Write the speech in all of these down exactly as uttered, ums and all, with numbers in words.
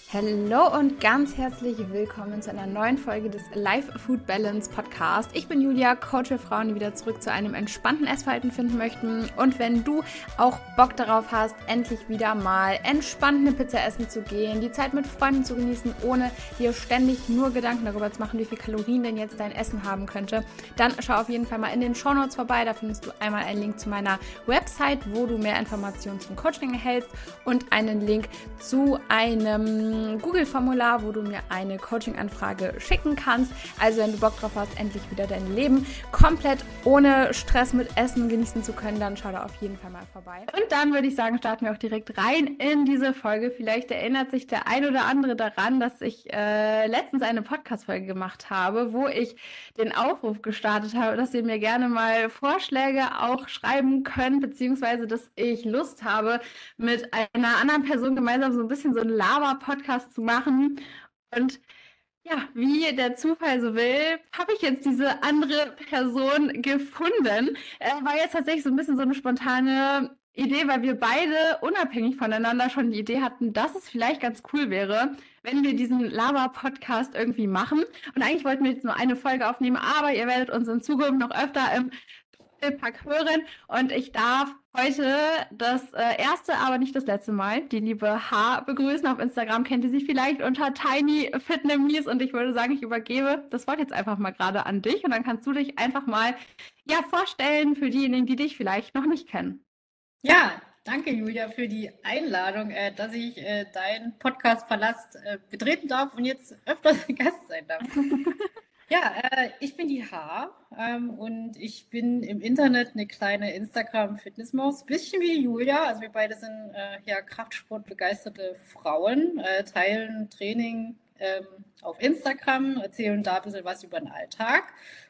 Hallo und ganz herzlich willkommen zu einer neuen Folge des Life Food Balance Podcast. Ich bin Julia, Coach für Frauen, die wieder zurück zu einem entspannten Essverhalten finden möchten. Und wenn du auch Bock darauf hast, endlich wieder mal entspannt eine Pizza essen zu gehen, die Zeit mit Freunden zu genießen, ohne dir ständig nur Gedanken darüber zu machen, wie viel Kalorien denn jetzt dein Essen haben könnte, dann schau auf jeden Fall mal in den Shownotes vorbei. Da findest du einmal einen Link zu meiner Website, wo du mehr Informationen zum Coaching erhältst und einen Link zu einem Google-Formular, wo du mir eine Coaching-Anfrage schicken kannst. Also wenn du Bock drauf hast, endlich wieder dein Leben komplett ohne Stress mit Essen genießen zu können, dann schau da auf jeden Fall mal vorbei. Und dann würde ich sagen, starten wir auch direkt rein in diese Folge. Vielleicht erinnert sich der ein oder andere daran, dass ich äh, letztens eine Podcast-Folge gemacht habe, wo ich den Aufruf gestartet habe, dass ihr mir gerne mal Vorschläge auch schreiben könnt, beziehungsweise dass ich Lust habe, mit einer anderen Person gemeinsam so ein bisschen so ein Lava-Podcast zu machen. Und ja, wie der Zufall so will, habe ich jetzt diese andere Person gefunden. Äh, war jetzt tatsächlich so ein bisschen so eine spontane Idee, weil wir beide unabhängig voneinander schon die Idee hatten, dass es vielleicht ganz cool wäre, wenn wir diesen Lava-Podcast irgendwie machen. Und eigentlich wollten wir jetzt nur eine Folge aufnehmen, aber ihr werdet uns in Zukunft noch öfter im Pack hören und ich darf heute das äh, erste, aber nicht das letzte Mal die liebe H begrüßen. Auf Instagram kennt ihr sie vielleicht unter Tiny Vietnamese und ich würde sagen, ich übergebe das Wort jetzt einfach mal gerade an dich und dann kannst du dich einfach mal ja vorstellen für diejenigen, die dich vielleicht noch nicht kennen. Ja, danke Julia für die Einladung, äh, dass ich äh, deinen Podcast-Palast äh, betreten darf und jetzt öfters Gast sein darf. Ja, äh, ich bin die H ähm, und ich bin im Internet eine kleine Instagram-Fitnessmaus, bisschen wie Julia. Also wir beide sind äh, ja Kraftsport-begeisterte Frauen, äh, teilen Training ähm, auf Instagram, erzählen da ein bisschen was über den Alltag.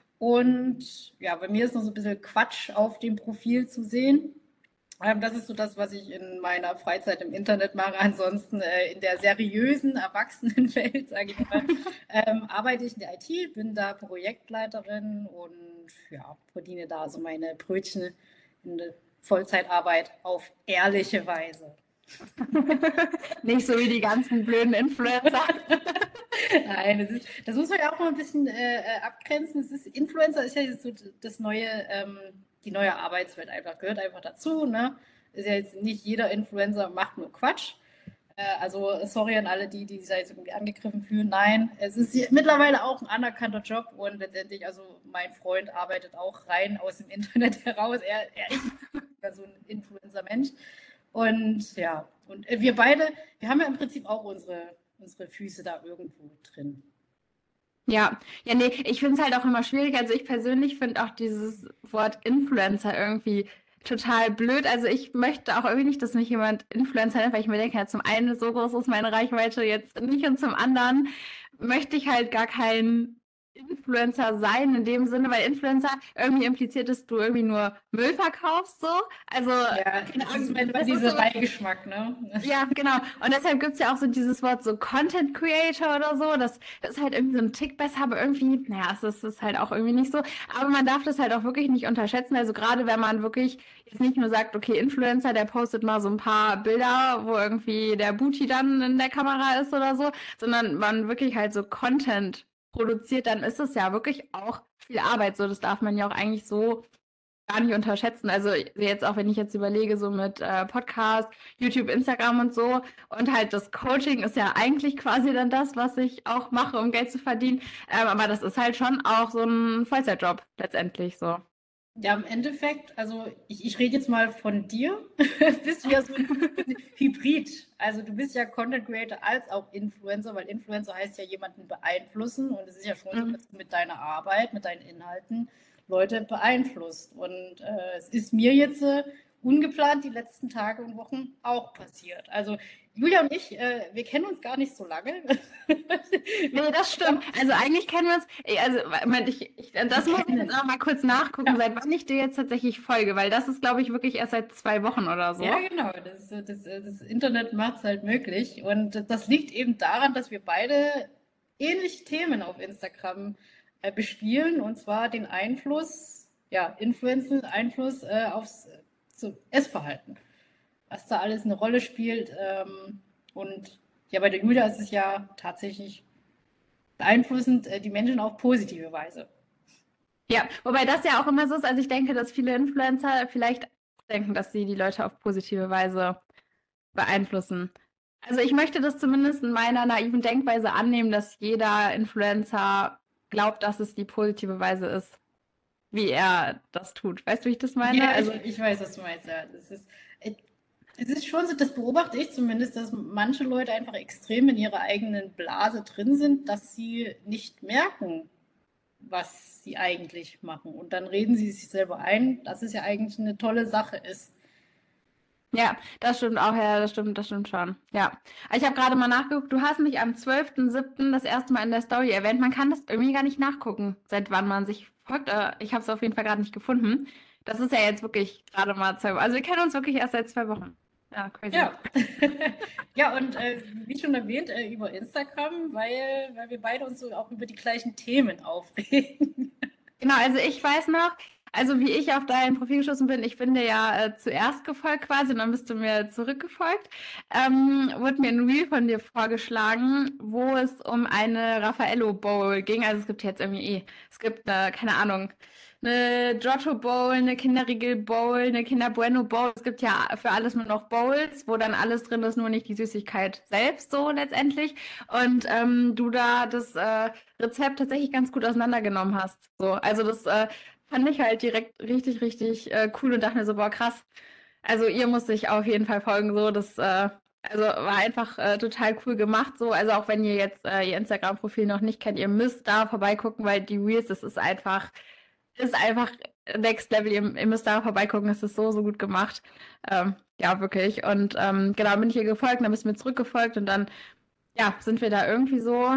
Und ja, bei mir ist noch so ein bisschen Quatsch auf dem Profil zu sehen. Ähm, das ist so das, was ich in meiner Freizeit im Internet mache. Ansonsten äh, in der seriösen Erwachsenenwelt, sage ich mal, ähm, arbeite ich in der I T, bin da Projektleiterin und ja, verdiene da so meine Brötchen in der Vollzeitarbeit auf ehrliche Weise. Nicht so wie die ganzen blöden Influencer. Nein, das, ist, das muss man ja auch mal ein bisschen äh, abgrenzen. Das ist, Influencer ist ja jetzt so das neue, ähm, die neue Arbeitswelt einfach, gehört einfach dazu. Ne? Ist ja jetzt nicht jeder Influencer macht nur Quatsch. Äh, also sorry an alle, die, die sich jetzt irgendwie angegriffen fühlen. Nein, es ist mittlerweile auch ein anerkannter Job und letztendlich, also mein Freund arbeitet auch rein aus dem Internet heraus. Er, er ist ja so ein Influencer-Mensch. Und ja, und wir beide, wir haben ja im Prinzip auch unsere unsere Füße da irgendwo drin. Ja, ja, nee, ich finde es halt auch immer schwierig. Also ich persönlich finde auch dieses Wort Influencer irgendwie total blöd. Also ich möchte auch irgendwie nicht, dass mich jemand Influencer nennt, weil ich mir denke, ja, zum einen so groß ist meine Reichweite jetzt nicht und zum anderen möchte ich halt gar keinen Influencer sein in dem Sinne, weil Influencer irgendwie impliziert, dass du irgendwie nur Müll verkaufst, so. Also, ja, keine Ahnung, das ist dieser so Beigeschmack, ne? Ja, genau. Und deshalb gibt es ja auch so dieses Wort so Content Creator oder so. Das, das ist halt irgendwie so ein Tick besser, aber irgendwie, naja, es ist, ist halt auch irgendwie nicht so. Aber man darf das halt auch wirklich nicht unterschätzen. Also gerade wenn man wirklich jetzt nicht nur sagt, okay, Influencer, der postet mal so ein paar Bilder, wo irgendwie der Booty dann in der Kamera ist oder so, sondern man wirklich halt so Content produziert, dann ist es ja wirklich auch viel Arbeit. So, das darf man ja auch eigentlich so gar nicht unterschätzen. Also jetzt auch, wenn ich jetzt überlege, so mit äh, Podcast, YouTube, Instagram und so und halt das Coaching ist ja eigentlich quasi dann das, was ich auch mache, um Geld zu verdienen. Ähm, aber das ist halt schon auch so ein Vollzeitjob letztendlich so. Ja, im Endeffekt, also ich, ich rede jetzt mal von dir, bist du ja so ein Hybrid. Also du bist ja Content Creator als auch Influencer, weil Influencer heißt ja jemanden beeinflussen und es ist ja schon so, dass du mit deiner Arbeit, mit deinen Inhalten Leute beeinflusst. Und äh, es ist mir jetzt äh, ungeplant die letzten Tage und Wochen auch passiert. Also Julia und ich, äh, wir kennen uns gar nicht so lange. Nee, das stimmt. Also eigentlich kennen wir uns, also ich, ich, das muss ich jetzt auch mal kurz nachgucken, Ja. seit wann ich dir jetzt tatsächlich folge, weil das ist, glaube ich, wirklich erst seit zwei Wochen oder so. Ja, genau. Das, das, das Internet macht es halt möglich. Und das liegt eben daran, dass wir beide ähnliche Themen auf Instagram äh, bespielen, und zwar den Einfluss, ja, Influencer, Einfluss äh, aufs äh, Essverhalten. Was da alles eine Rolle spielt. Ähm, und Ja, bei der Julia ist es ja tatsächlich beeinflussend äh, die Menschen auf positive Weise. Ja, wobei das ja auch immer so ist. Also ich denke, dass viele Influencer vielleicht denken, dass sie die Leute auf positive Weise beeinflussen. Also ich möchte das zumindest in meiner naiven Denkweise annehmen, dass jeder Influencer glaubt, dass es die positive Weise ist, wie er das tut. Weißt du, wie ich das meine? Ja, ich, Also ich weiß, was du meinst. Ja. Das ist, äh, es ist schon so, das beobachte ich zumindest, dass manche Leute einfach extrem in ihrer eigenen Blase drin sind, dass sie nicht merken, was sie eigentlich machen. Und dann reden sie sich selber ein, dass es ja eigentlich eine tolle Sache ist. ja, das stimmt auch, ja, das stimmt, das stimmt schon. Ja. Ich habe gerade mal nachgeguckt, du hast mich am zwölften siebten das erste Mal in der Story erwähnt. Man kann das irgendwie gar nicht nachgucken, seit wann man sich folgt. Äh, Ich habe es auf jeden Fall gerade nicht gefunden. Das ist ja jetzt wirklich gerade mal zwei Wochen. Also wir kennen uns wirklich erst seit zwei Wochen. Ja, crazy. Ja, ja, und äh, wie schon erwähnt, äh, über Instagram, weil, weil wir beide uns so auch über die gleichen Themen aufregen. Genau, also ich weiß noch, also wie ich auf dein Profil geschossen bin, ich bin dir ja äh, zuerst gefolgt quasi und dann bist du mir zurückgefolgt, ähm, wurde mir ein Reel von dir vorgeschlagen, wo es um eine Raffaello Bowl ging. Also es gibt jetzt irgendwie eh, es gibt, äh, keine Ahnung, eine Giotto Bowl, eine Kinderriegel Bowl, eine Kinder Bueno Bowl. Es gibt ja für alles nur noch Bowls, wo dann alles drin ist, nur nicht die Süßigkeit selbst so letztendlich. Und ähm, du da das äh, Rezept tatsächlich ganz gut auseinandergenommen hast. So, also das äh, fand ich halt direkt richtig, richtig äh, cool und dachte mir so, boah, krass. Also ihr müsst sich auf jeden Fall folgen. So, das äh, also war einfach äh, total cool gemacht. So, also auch wenn ihr jetzt äh, ihr Instagram-Profil noch nicht kennt, ihr müsst da vorbeigucken, weil die Reels, das ist einfach, ist einfach Next Level. Ihr, ihr müsst da vorbeigucken, es ist so, so gut gemacht. Ähm, ja, wirklich. Und ähm, genau, bin ich ihr gefolgt, dann bist du mir zurückgefolgt und dann, ja, sind wir da irgendwie so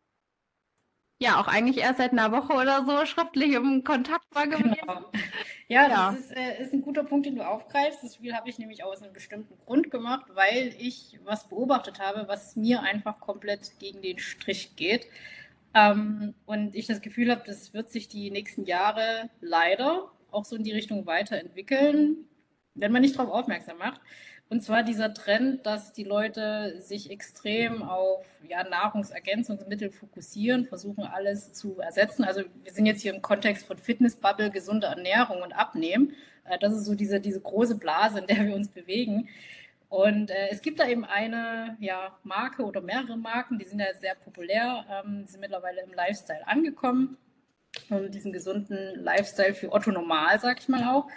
ja, auch eigentlich erst seit einer Woche oder so schriftlich im Kontakt mal gewesen. Genau. Ja, das Ja. ist, äh, ist ein guter Punkt, den du aufgreifst. Das Spiel habe ich nämlich aus einem bestimmten Grund gemacht, weil ich was beobachtet habe, was mir einfach komplett gegen den Strich geht. Ähm, und ich das Gefühl habe, das wird sich die nächsten Jahre leider auch so in die Richtung weiterentwickeln, wenn man nicht darauf aufmerksam macht. Und zwar dieser Trend, dass die Leute sich extrem auf ja, Nahrungsergänzungsmittel fokussieren, versuchen alles zu ersetzen. Also wir sind jetzt hier im Kontext von Fitnessbubble, gesunde Ernährung und Abnehmen. Äh, Das ist so diese, diese große Blase, in der wir uns bewegen. Und äh, es gibt da eben eine ja, Marke oder mehrere Marken, die sind ja sehr populär, ähm, sind mittlerweile im Lifestyle angekommen und diesen gesunden Lifestyle für Otto Normal, sag ich mal auch.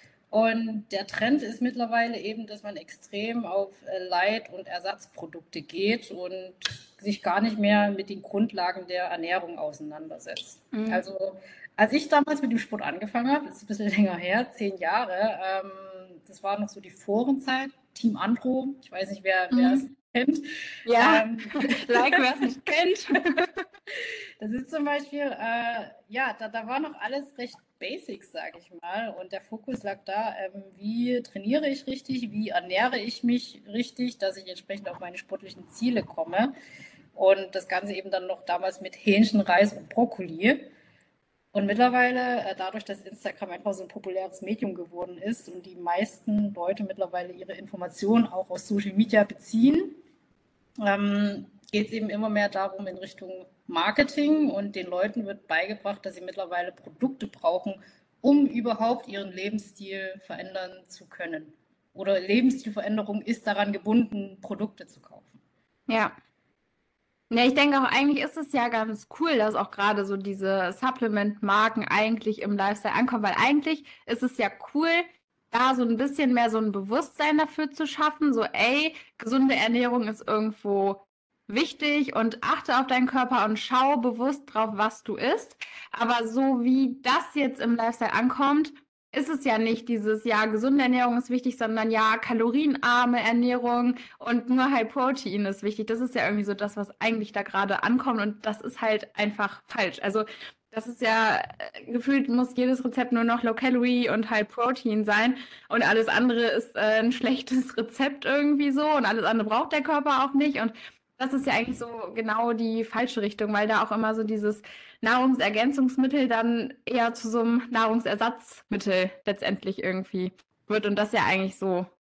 Und der Trend ist mittlerweile eben, dass man extrem auf äh, Leit- und Ersatzprodukte geht und sich gar nicht mehr mit den Grundlagen der Ernährung auseinandersetzt. Mhm. Also als ich damals mit dem Sport angefangen habe, das ist ein bisschen länger her, zehn Jahre, ähm, das war noch so die Forenzeit, Team Andro, ich weiß nicht, wer, wer es Mhm. kennt. Ja, Ähm, like, wer es nicht kennt. Das ist zum Beispiel, äh, ja, da, da war noch alles recht Basics, sage ich mal. Und der Fokus lag da, ähm, wie trainiere ich richtig, wie ernähre ich mich richtig, dass ich entsprechend auf meine sportlichen Ziele komme. Und das Ganze eben dann noch damals mit Hähnchen, Reis und Brokkoli. Und mittlerweile, äh, dadurch, dass Instagram einfach so ein populäres Medium geworden ist und die meisten Leute mittlerweile ihre Informationen auch aus Social Media beziehen, ähm, geht es eben immer mehr darum in Richtung Marketing und den Leuten wird beigebracht, dass sie mittlerweile Produkte brauchen, um überhaupt ihren Lebensstil verändern zu können. Oder Lebensstilveränderung ist daran gebunden, Produkte zu kaufen. Ja. Ja, ich denke auch, eigentlich ist es ja ganz cool, dass auch gerade so diese Supplement-Marken eigentlich im Lifestyle ankommen, weil eigentlich ist es ja cool, da so ein bisschen mehr so ein Bewusstsein dafür zu schaffen, so, ey, gesunde Ernährung ist irgendwo wichtig und achte auf deinen Körper und schau bewusst drauf, was du isst. Aber so wie das jetzt im Lifestyle ankommt, ist es ja nicht dieses, ja, gesunde Ernährung ist wichtig, sondern ja, kalorienarme Ernährung und nur High Protein ist wichtig. Das ist ja irgendwie so das, was eigentlich da gerade ankommt und das ist halt einfach falsch. Also das ist ja, äh, gefühlt muss jedes Rezept nur noch Low Calorie und High Protein sein und alles andere ist äh, ein schlechtes Rezept irgendwie so und alles andere braucht der Körper auch nicht und das ist ja eigentlich so genau die falsche Richtung, weil da auch immer so dieses Nahrungsergänzungsmittel dann eher zu so einem Nahrungsersatzmittel letztendlich irgendwie wird und das ja eigentlich so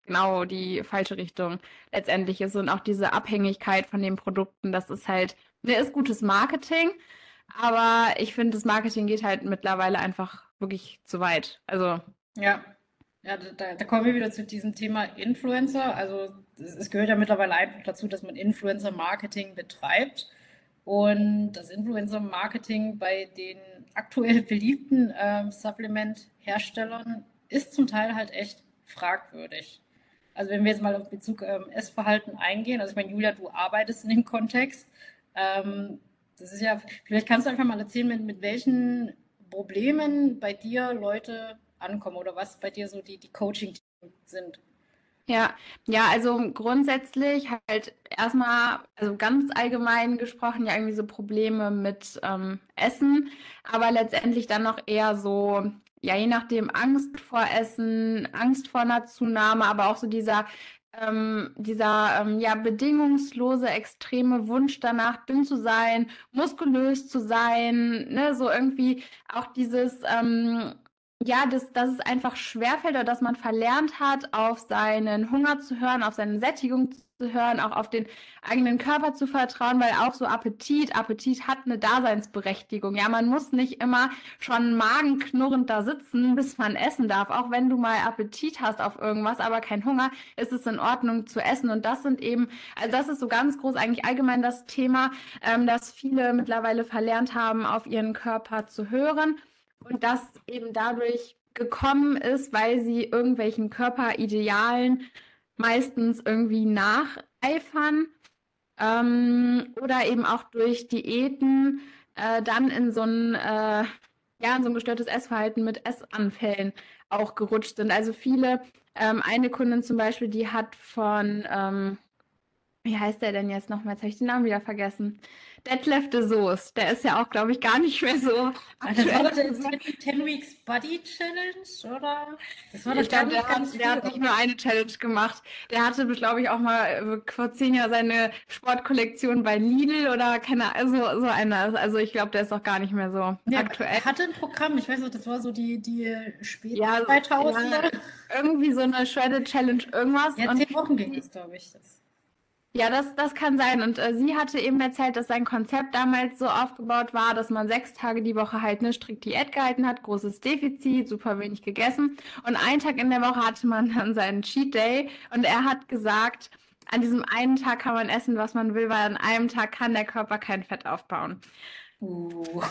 genau die falsche Richtung letztendlich ist. Und auch diese Abhängigkeit von den Produkten, das ist halt, ne, ist gutes Marketing, aber ich finde, das Marketing geht halt mittlerweile einfach wirklich zu weit. Also, Ja, ja, da, da kommen wir wieder zu diesem Thema Influencer. Also es, es gehört ja mittlerweile einfach dazu, dass man Influencer-Marketing betreibt. Und das Influencer-Marketing bei den aktuell beliebten ähm, Supplement-Herstellern ist zum Teil halt echt fragwürdig. Also wenn wir jetzt mal auf Bezug ähm, Essverhalten eingehen, also ich meine, Julia, du arbeitest in dem Kontext. Ähm, das ist ja, vielleicht kannst du einfach mal erzählen, mit, mit welchen Problemen bei dir Leute ankommen oder was bei dir so die, die Coaching-Themen sind. ja, ja, also grundsätzlich halt erstmal, also ganz allgemein gesprochen, ja irgendwie so Probleme mit ähm, Essen, aber letztendlich dann noch eher so, ja, je nachdem Angst vor Essen, Angst vor einer Zunahme, aber auch so dieser, ähm, dieser ähm, ja, bedingungslose, extreme Wunsch danach, dünn zu sein, muskulös zu sein, ne, so irgendwie auch dieses, ähm, ja, dass, dass es einfach schwerfällt oder dass man verlernt hat, auf seinen Hunger zu hören, auf seine Sättigung zu hören, auch auf den eigenen Körper zu vertrauen, weil auch so Appetit, Appetit hat eine Daseinsberechtigung. Ja, man muss nicht immer schon magenknurrend da sitzen, bis man essen darf. Auch wenn du mal Appetit hast auf irgendwas, aber kein Hunger, ist es in Ordnung zu essen. Und das sind eben, also das ist so ganz groß eigentlich allgemein das Thema, ähm, dass viele mittlerweile verlernt haben, auf ihren Körper zu hören. Und das eben dadurch gekommen ist, weil sie irgendwelchen Körperidealen meistens irgendwie nacheifern ähm, oder eben auch durch Diäten äh, dann in so ein, äh, ja, in so ein gestörtes Essverhalten mit Essanfällen auch gerutscht sind. Also viele, ähm, eine Kundin zum Beispiel, die hat von, ähm, wie heißt der denn jetzt nochmal? Jetzt habe ich den Namen wieder vergessen. Detlef de Soest, der ist ja auch, glaube ich, gar nicht mehr so Ah, das war aktuell. doch der Ten Weeks Body Challenge, oder? Das war Ich doch glaube, ganz, der ganz hat, der hat früher. nicht nur eine Challenge gemacht. Der hatte, glaube ich, auch mal äh, vor zehn Jahren seine Sportkollektion bei Lidl oder keine Ahnung, so, so eine. Also ich glaube, der ist auch gar nicht mehr so Ja, aber aktuell. er hatte ein Programm, ich weiß noch, das war so die, die späten Ja, ja, zweitausender. irgendwie so eine Shredded Challenge, irgendwas. Ja, Und zehn Wochen ging die, das, glaube ich. Das. ja, das, das kann sein. Und äh, sie hatte eben erzählt, dass sein Konzept damals so aufgebaut war, dass man sechs Tage die Woche halt eine strikt Diät gehalten hat, großes Defizit, super wenig gegessen. Und einen Tag in der Woche hatte man dann seinen Cheat Day. Und er hat gesagt, an diesem einen Tag kann man essen, was man will, weil an einem Tag kann der Körper kein Fett aufbauen. Uh.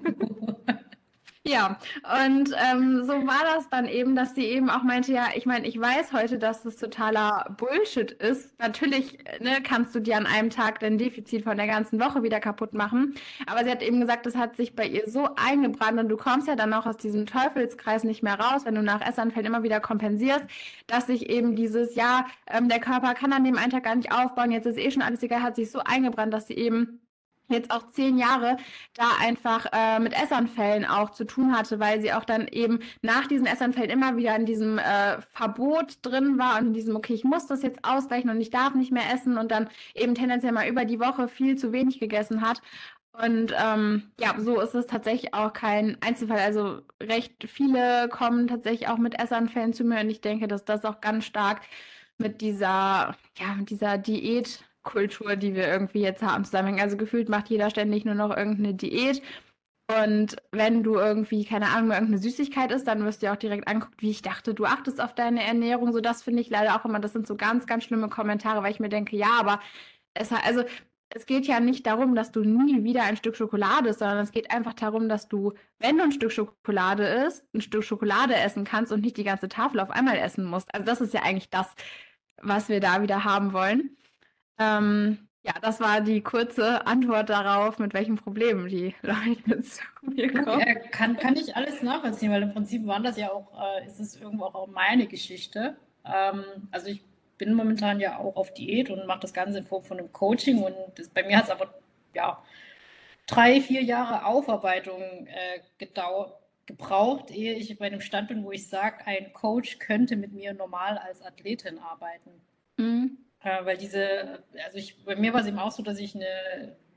Ja, und ähm, so war das dann eben, dass sie eben auch meinte, ja, ich meine, ich weiß heute, dass das totaler Bullshit ist. Natürlich, ne, kannst du dir an einem Tag dein Defizit von der ganzen Woche wieder kaputt machen. Aber sie hat eben gesagt, das hat sich bei ihr so eingebrannt und du kommst ja dann auch aus diesem Teufelskreis nicht mehr raus, wenn du nach Essanfällen immer wieder kompensierst, dass sich eben dieses, ja, ähm, der Körper kann an dem einen Tag gar nicht aufbauen, jetzt ist eh schon alles egal, hat sich so eingebrannt, dass sie eben jetzt auch zehn Jahre da einfach äh, mit Essanfällen auch zu tun hatte, weil sie auch dann eben nach diesen Essanfällen immer wieder in diesem äh, Verbot drin war und in diesem, okay, ich muss das jetzt ausgleichen und ich darf nicht mehr essen und dann eben tendenziell mal über die Woche viel zu wenig gegessen hat. Und ähm, ja, so ist es tatsächlich auch kein Einzelfall. Also recht viele kommen tatsächlich auch mit Essanfällen zu mir und ich denke, dass das auch ganz stark mit dieser, ja, mit dieser Diätkultur, die wir irgendwie jetzt haben, zusammenhängt. Also gefühlt macht jeder ständig nur noch irgendeine Diät. Und wenn du irgendwie, keine Ahnung, irgendeine Süßigkeit isst, dann wirst du ja auch direkt anguckt, wie ich dachte, du achtest auf deine Ernährung. So, das finde ich leider auch immer, das sind so ganz, ganz schlimme Kommentare, weil ich mir denke, ja, aber es, also, es geht ja nicht darum, dass du nie wieder ein Stück Schokolade isst, sondern es geht einfach darum, dass du, wenn du ein Stück Schokolade isst, ein Stück Schokolade essen kannst und nicht die ganze Tafel auf einmal essen musst. Also das ist ja eigentlich das, was wir da wieder haben wollen. Ähm, ja, das war die kurze Antwort darauf, mit welchen Problemen die Leute zu mir Gut, kommen. äh, kann, kann ich alles nachvollziehen, weil im Prinzip waren das ja auch, äh, ist es irgendwo auch meine Geschichte. Ähm, also ich bin momentan ja auch auf Diät und mache das Ganze in Form von einem Coaching und das, bei mir hat es aber ja drei, vier Jahre Aufarbeitung äh, gedau gebraucht, ehe ich bei einem Stand bin, wo ich sage, ein Coach könnte mit mir normal als Athletin arbeiten. Mhm. Äh, weil diese, also ich, bei mir war es eben auch so, dass ich eine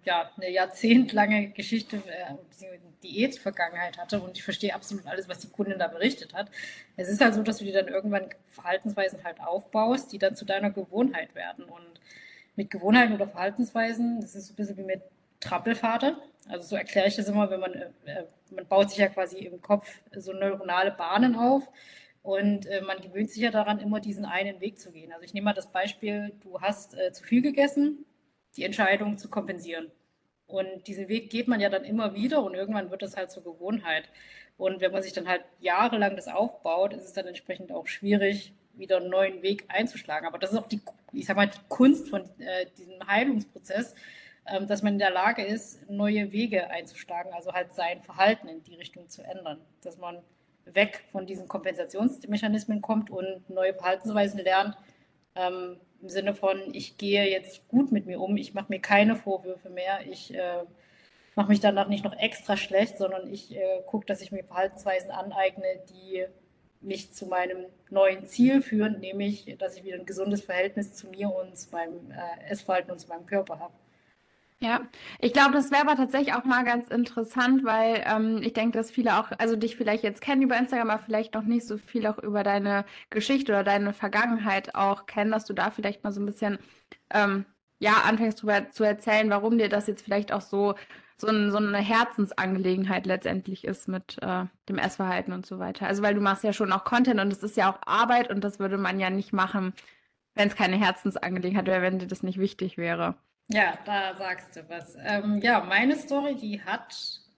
ja, eine jahrzehntlange Geschichte, äh, Diät-Vergangenheit hatte und ich verstehe absolut alles, was die Kundin da berichtet hat. Es ist halt so, dass du dir dann irgendwann Verhaltensweisen halt aufbaust, die dann zu deiner Gewohnheit werden. Und mit Gewohnheiten oder Verhaltensweisen, das ist so ein bisschen wie mit Trampelfade. Also so erkläre ich das immer, wenn man, äh, man baut sich ja quasi im Kopf so neuronale Bahnen auf und äh, man gewöhnt sich ja daran, immer diesen einen Weg zu gehen. Also ich nehme mal das Beispiel, du hast äh, zu viel gegessen, die Entscheidung zu kompensieren. Und diesen Weg geht man ja dann immer wieder und irgendwann wird das halt zur Gewohnheit. Und wenn man sich dann halt jahrelang das aufbaut, ist es dann entsprechend auch schwierig, wieder einen neuen Weg einzuschlagen. Aber das ist auch die, ich sag mal, die Kunst von äh, diesem Heilungsprozess, ähm, dass man in der Lage ist, neue Wege einzuschlagen, also halt sein Verhalten in die Richtung zu ändern. Dass man weg von diesen Kompensationsmechanismen kommt und neue Verhaltensweisen lernt, ähm, im Sinne von, ich gehe jetzt gut mit mir um, ich mache mir keine Vorwürfe mehr, ich äh, mache mich danach nicht noch extra schlecht, sondern ich äh, gucke, dass ich mir Verhaltensweisen aneigne, die mich zu meinem neuen Ziel führen, nämlich, dass ich wieder ein gesundes Verhältnis zu mir und zu meinem äh, Essverhalten und zu meinem Körper habe. Ja, ich glaube, das wäre aber tatsächlich auch mal ganz interessant, weil ähm, ich denke, dass viele auch, also dich vielleicht jetzt kennen über Instagram, aber vielleicht noch nicht so viel auch über deine Geschichte oder deine Vergangenheit auch kennen, dass du da vielleicht mal so ein bisschen, ähm, ja, anfängst drüber zu erzählen, warum dir das jetzt vielleicht auch so, so, ein, so eine Herzensangelegenheit letztendlich ist mit äh, dem Essverhalten und so weiter. Also, weil du machst ja schon auch Content und es ist ja auch Arbeit und das würde man ja nicht machen, wenn es keine Herzensangelegenheit wäre, wenn dir das nicht wichtig wäre. Ja, da sagst du was. Ähm, ja, meine Story, die hat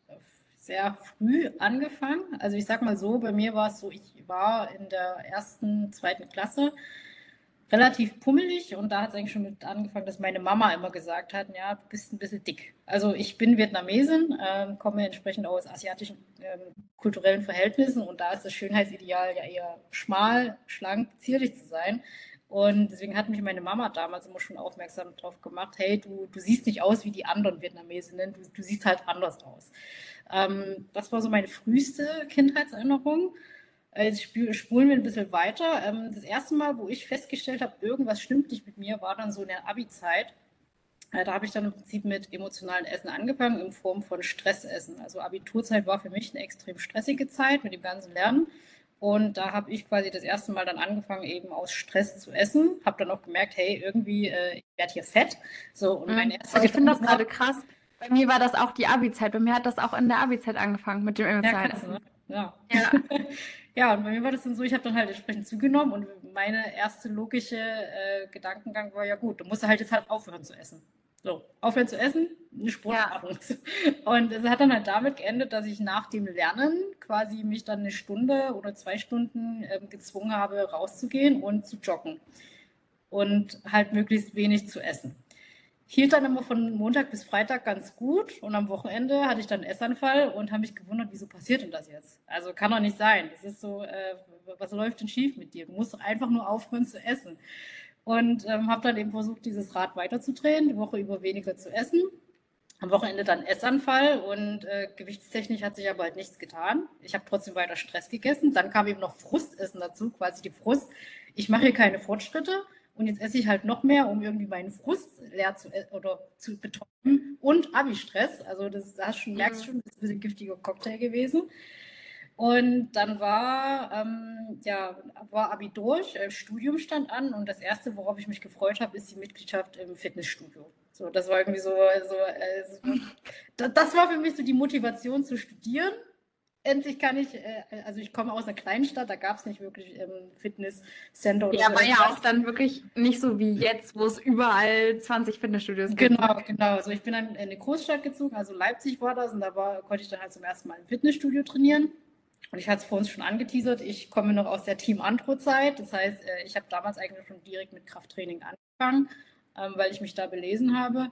sehr früh angefangen. Also ich sag mal so, bei mir war es so, ich war in der ersten, zweiten Klasse relativ pummelig und da hat es eigentlich schon mit angefangen, dass meine Mama immer gesagt hat, ja, du bist ein bisschen dick. Also ich bin Vietnamesin, ähm, komme entsprechend aus asiatischen ähm, kulturellen Verhältnissen und da ist das Schönheitsideal ja eher schmal, schlank, zierlich zu sein. Und deswegen hat mich meine Mama damals immer schon aufmerksam darauf gemacht, hey, du, du siehst nicht aus wie die anderen Vietnamesinnen, du, du siehst halt anders aus. Ähm, das war so meine früheste Kindheitserinnerung. Jetzt spulen wir ein bisschen weiter. Ähm, das erste Mal, wo ich festgestellt habe, irgendwas stimmt nicht mit mir, war dann so in der Abi-Zeit. Äh, Da habe ich dann im Prinzip mit emotionalen Essen angefangen, in Form von Stressessen. Also Abiturzeit war für mich eine extrem stressige Zeit mit dem ganzen Lernen. Und da habe ich quasi das erste Mal dann angefangen, eben aus Stress zu essen. Habe dann auch gemerkt, hey, irgendwie, äh, ich werde hier fett. So, und mein Mhm. erster Ich finde das Gedanke war, gerade krass. Bei mir war das auch die Abi-Zeit. Bei mir hat das auch in der Abi-Zeit angefangen mit dem ja, emotionalen krass, ne? Essen. Ja. Ja. Ja, und bei mir war das dann so, ich habe dann halt entsprechend zugenommen und meine erste logische äh, Gedankengang war, ja gut, du musst halt jetzt halt aufhören zu essen. So, aufhören zu essen, eine Sport Ja. machen. Und es hat dann halt damit geendet, dass ich nach dem Lernen quasi mich dann eine Stunde oder zwei Stunden ähm, gezwungen habe, rauszugehen und zu joggen und halt möglichst wenig zu essen. Hielt dann immer von Montag bis Freitag ganz gut und am Wochenende hatte ich dann einen Essanfall und habe mich gewundert, wieso passiert denn das jetzt? Also kann doch nicht sein. Das ist so, äh, was läuft denn schief mit dir? Du musst doch einfach nur aufhören zu essen. Und ähm, habe dann eben versucht, dieses Rad weiterzudrehen, die Woche über weniger zu essen. Am Wochenende dann Essanfall und äh, gewichtstechnisch hat sich aber halt nichts getan. Ich habe trotzdem weiter Stress gegessen. Dann kam eben noch Frustessen dazu, quasi die Frust. Ich mache hier keine Fortschritte und jetzt esse ich halt noch mehr, um irgendwie meinen Frust leer zu oder zu betäuben und Abi-Stress. Also das hast schon, merkst schon, das ist ein bisschen giftiger Cocktail gewesen. Und dann war, ähm, ja, war Abi durch, äh, Studium stand an und das Erste, worauf ich mich gefreut habe, ist die Mitgliedschaft im Fitnessstudio. So, das war irgendwie so, so, äh, so das, das war für mich so die Motivation zu studieren. Endlich kann ich, äh, also ich komme aus einer kleinen Stadt, da gab es nicht wirklich ähm, Fitnesscenter oder Ja, so war ja auch etwas. dann wirklich nicht so wie jetzt, wo es überall zwanzig Fitnessstudios gibt, ne? Genau, genau. Also ich bin dann in eine Großstadt gezogen, also Leipzig war das und da war, konnte ich dann halt zum ersten Mal im Fitnessstudio trainieren. Und ich hatte es vor uns schon angeteasert, ich komme noch aus der Team-Andro-Zeit. Das heißt, äh, ich habe damals eigentlich schon direkt mit Krafttraining angefangen, ähm, weil ich mich da belesen habe.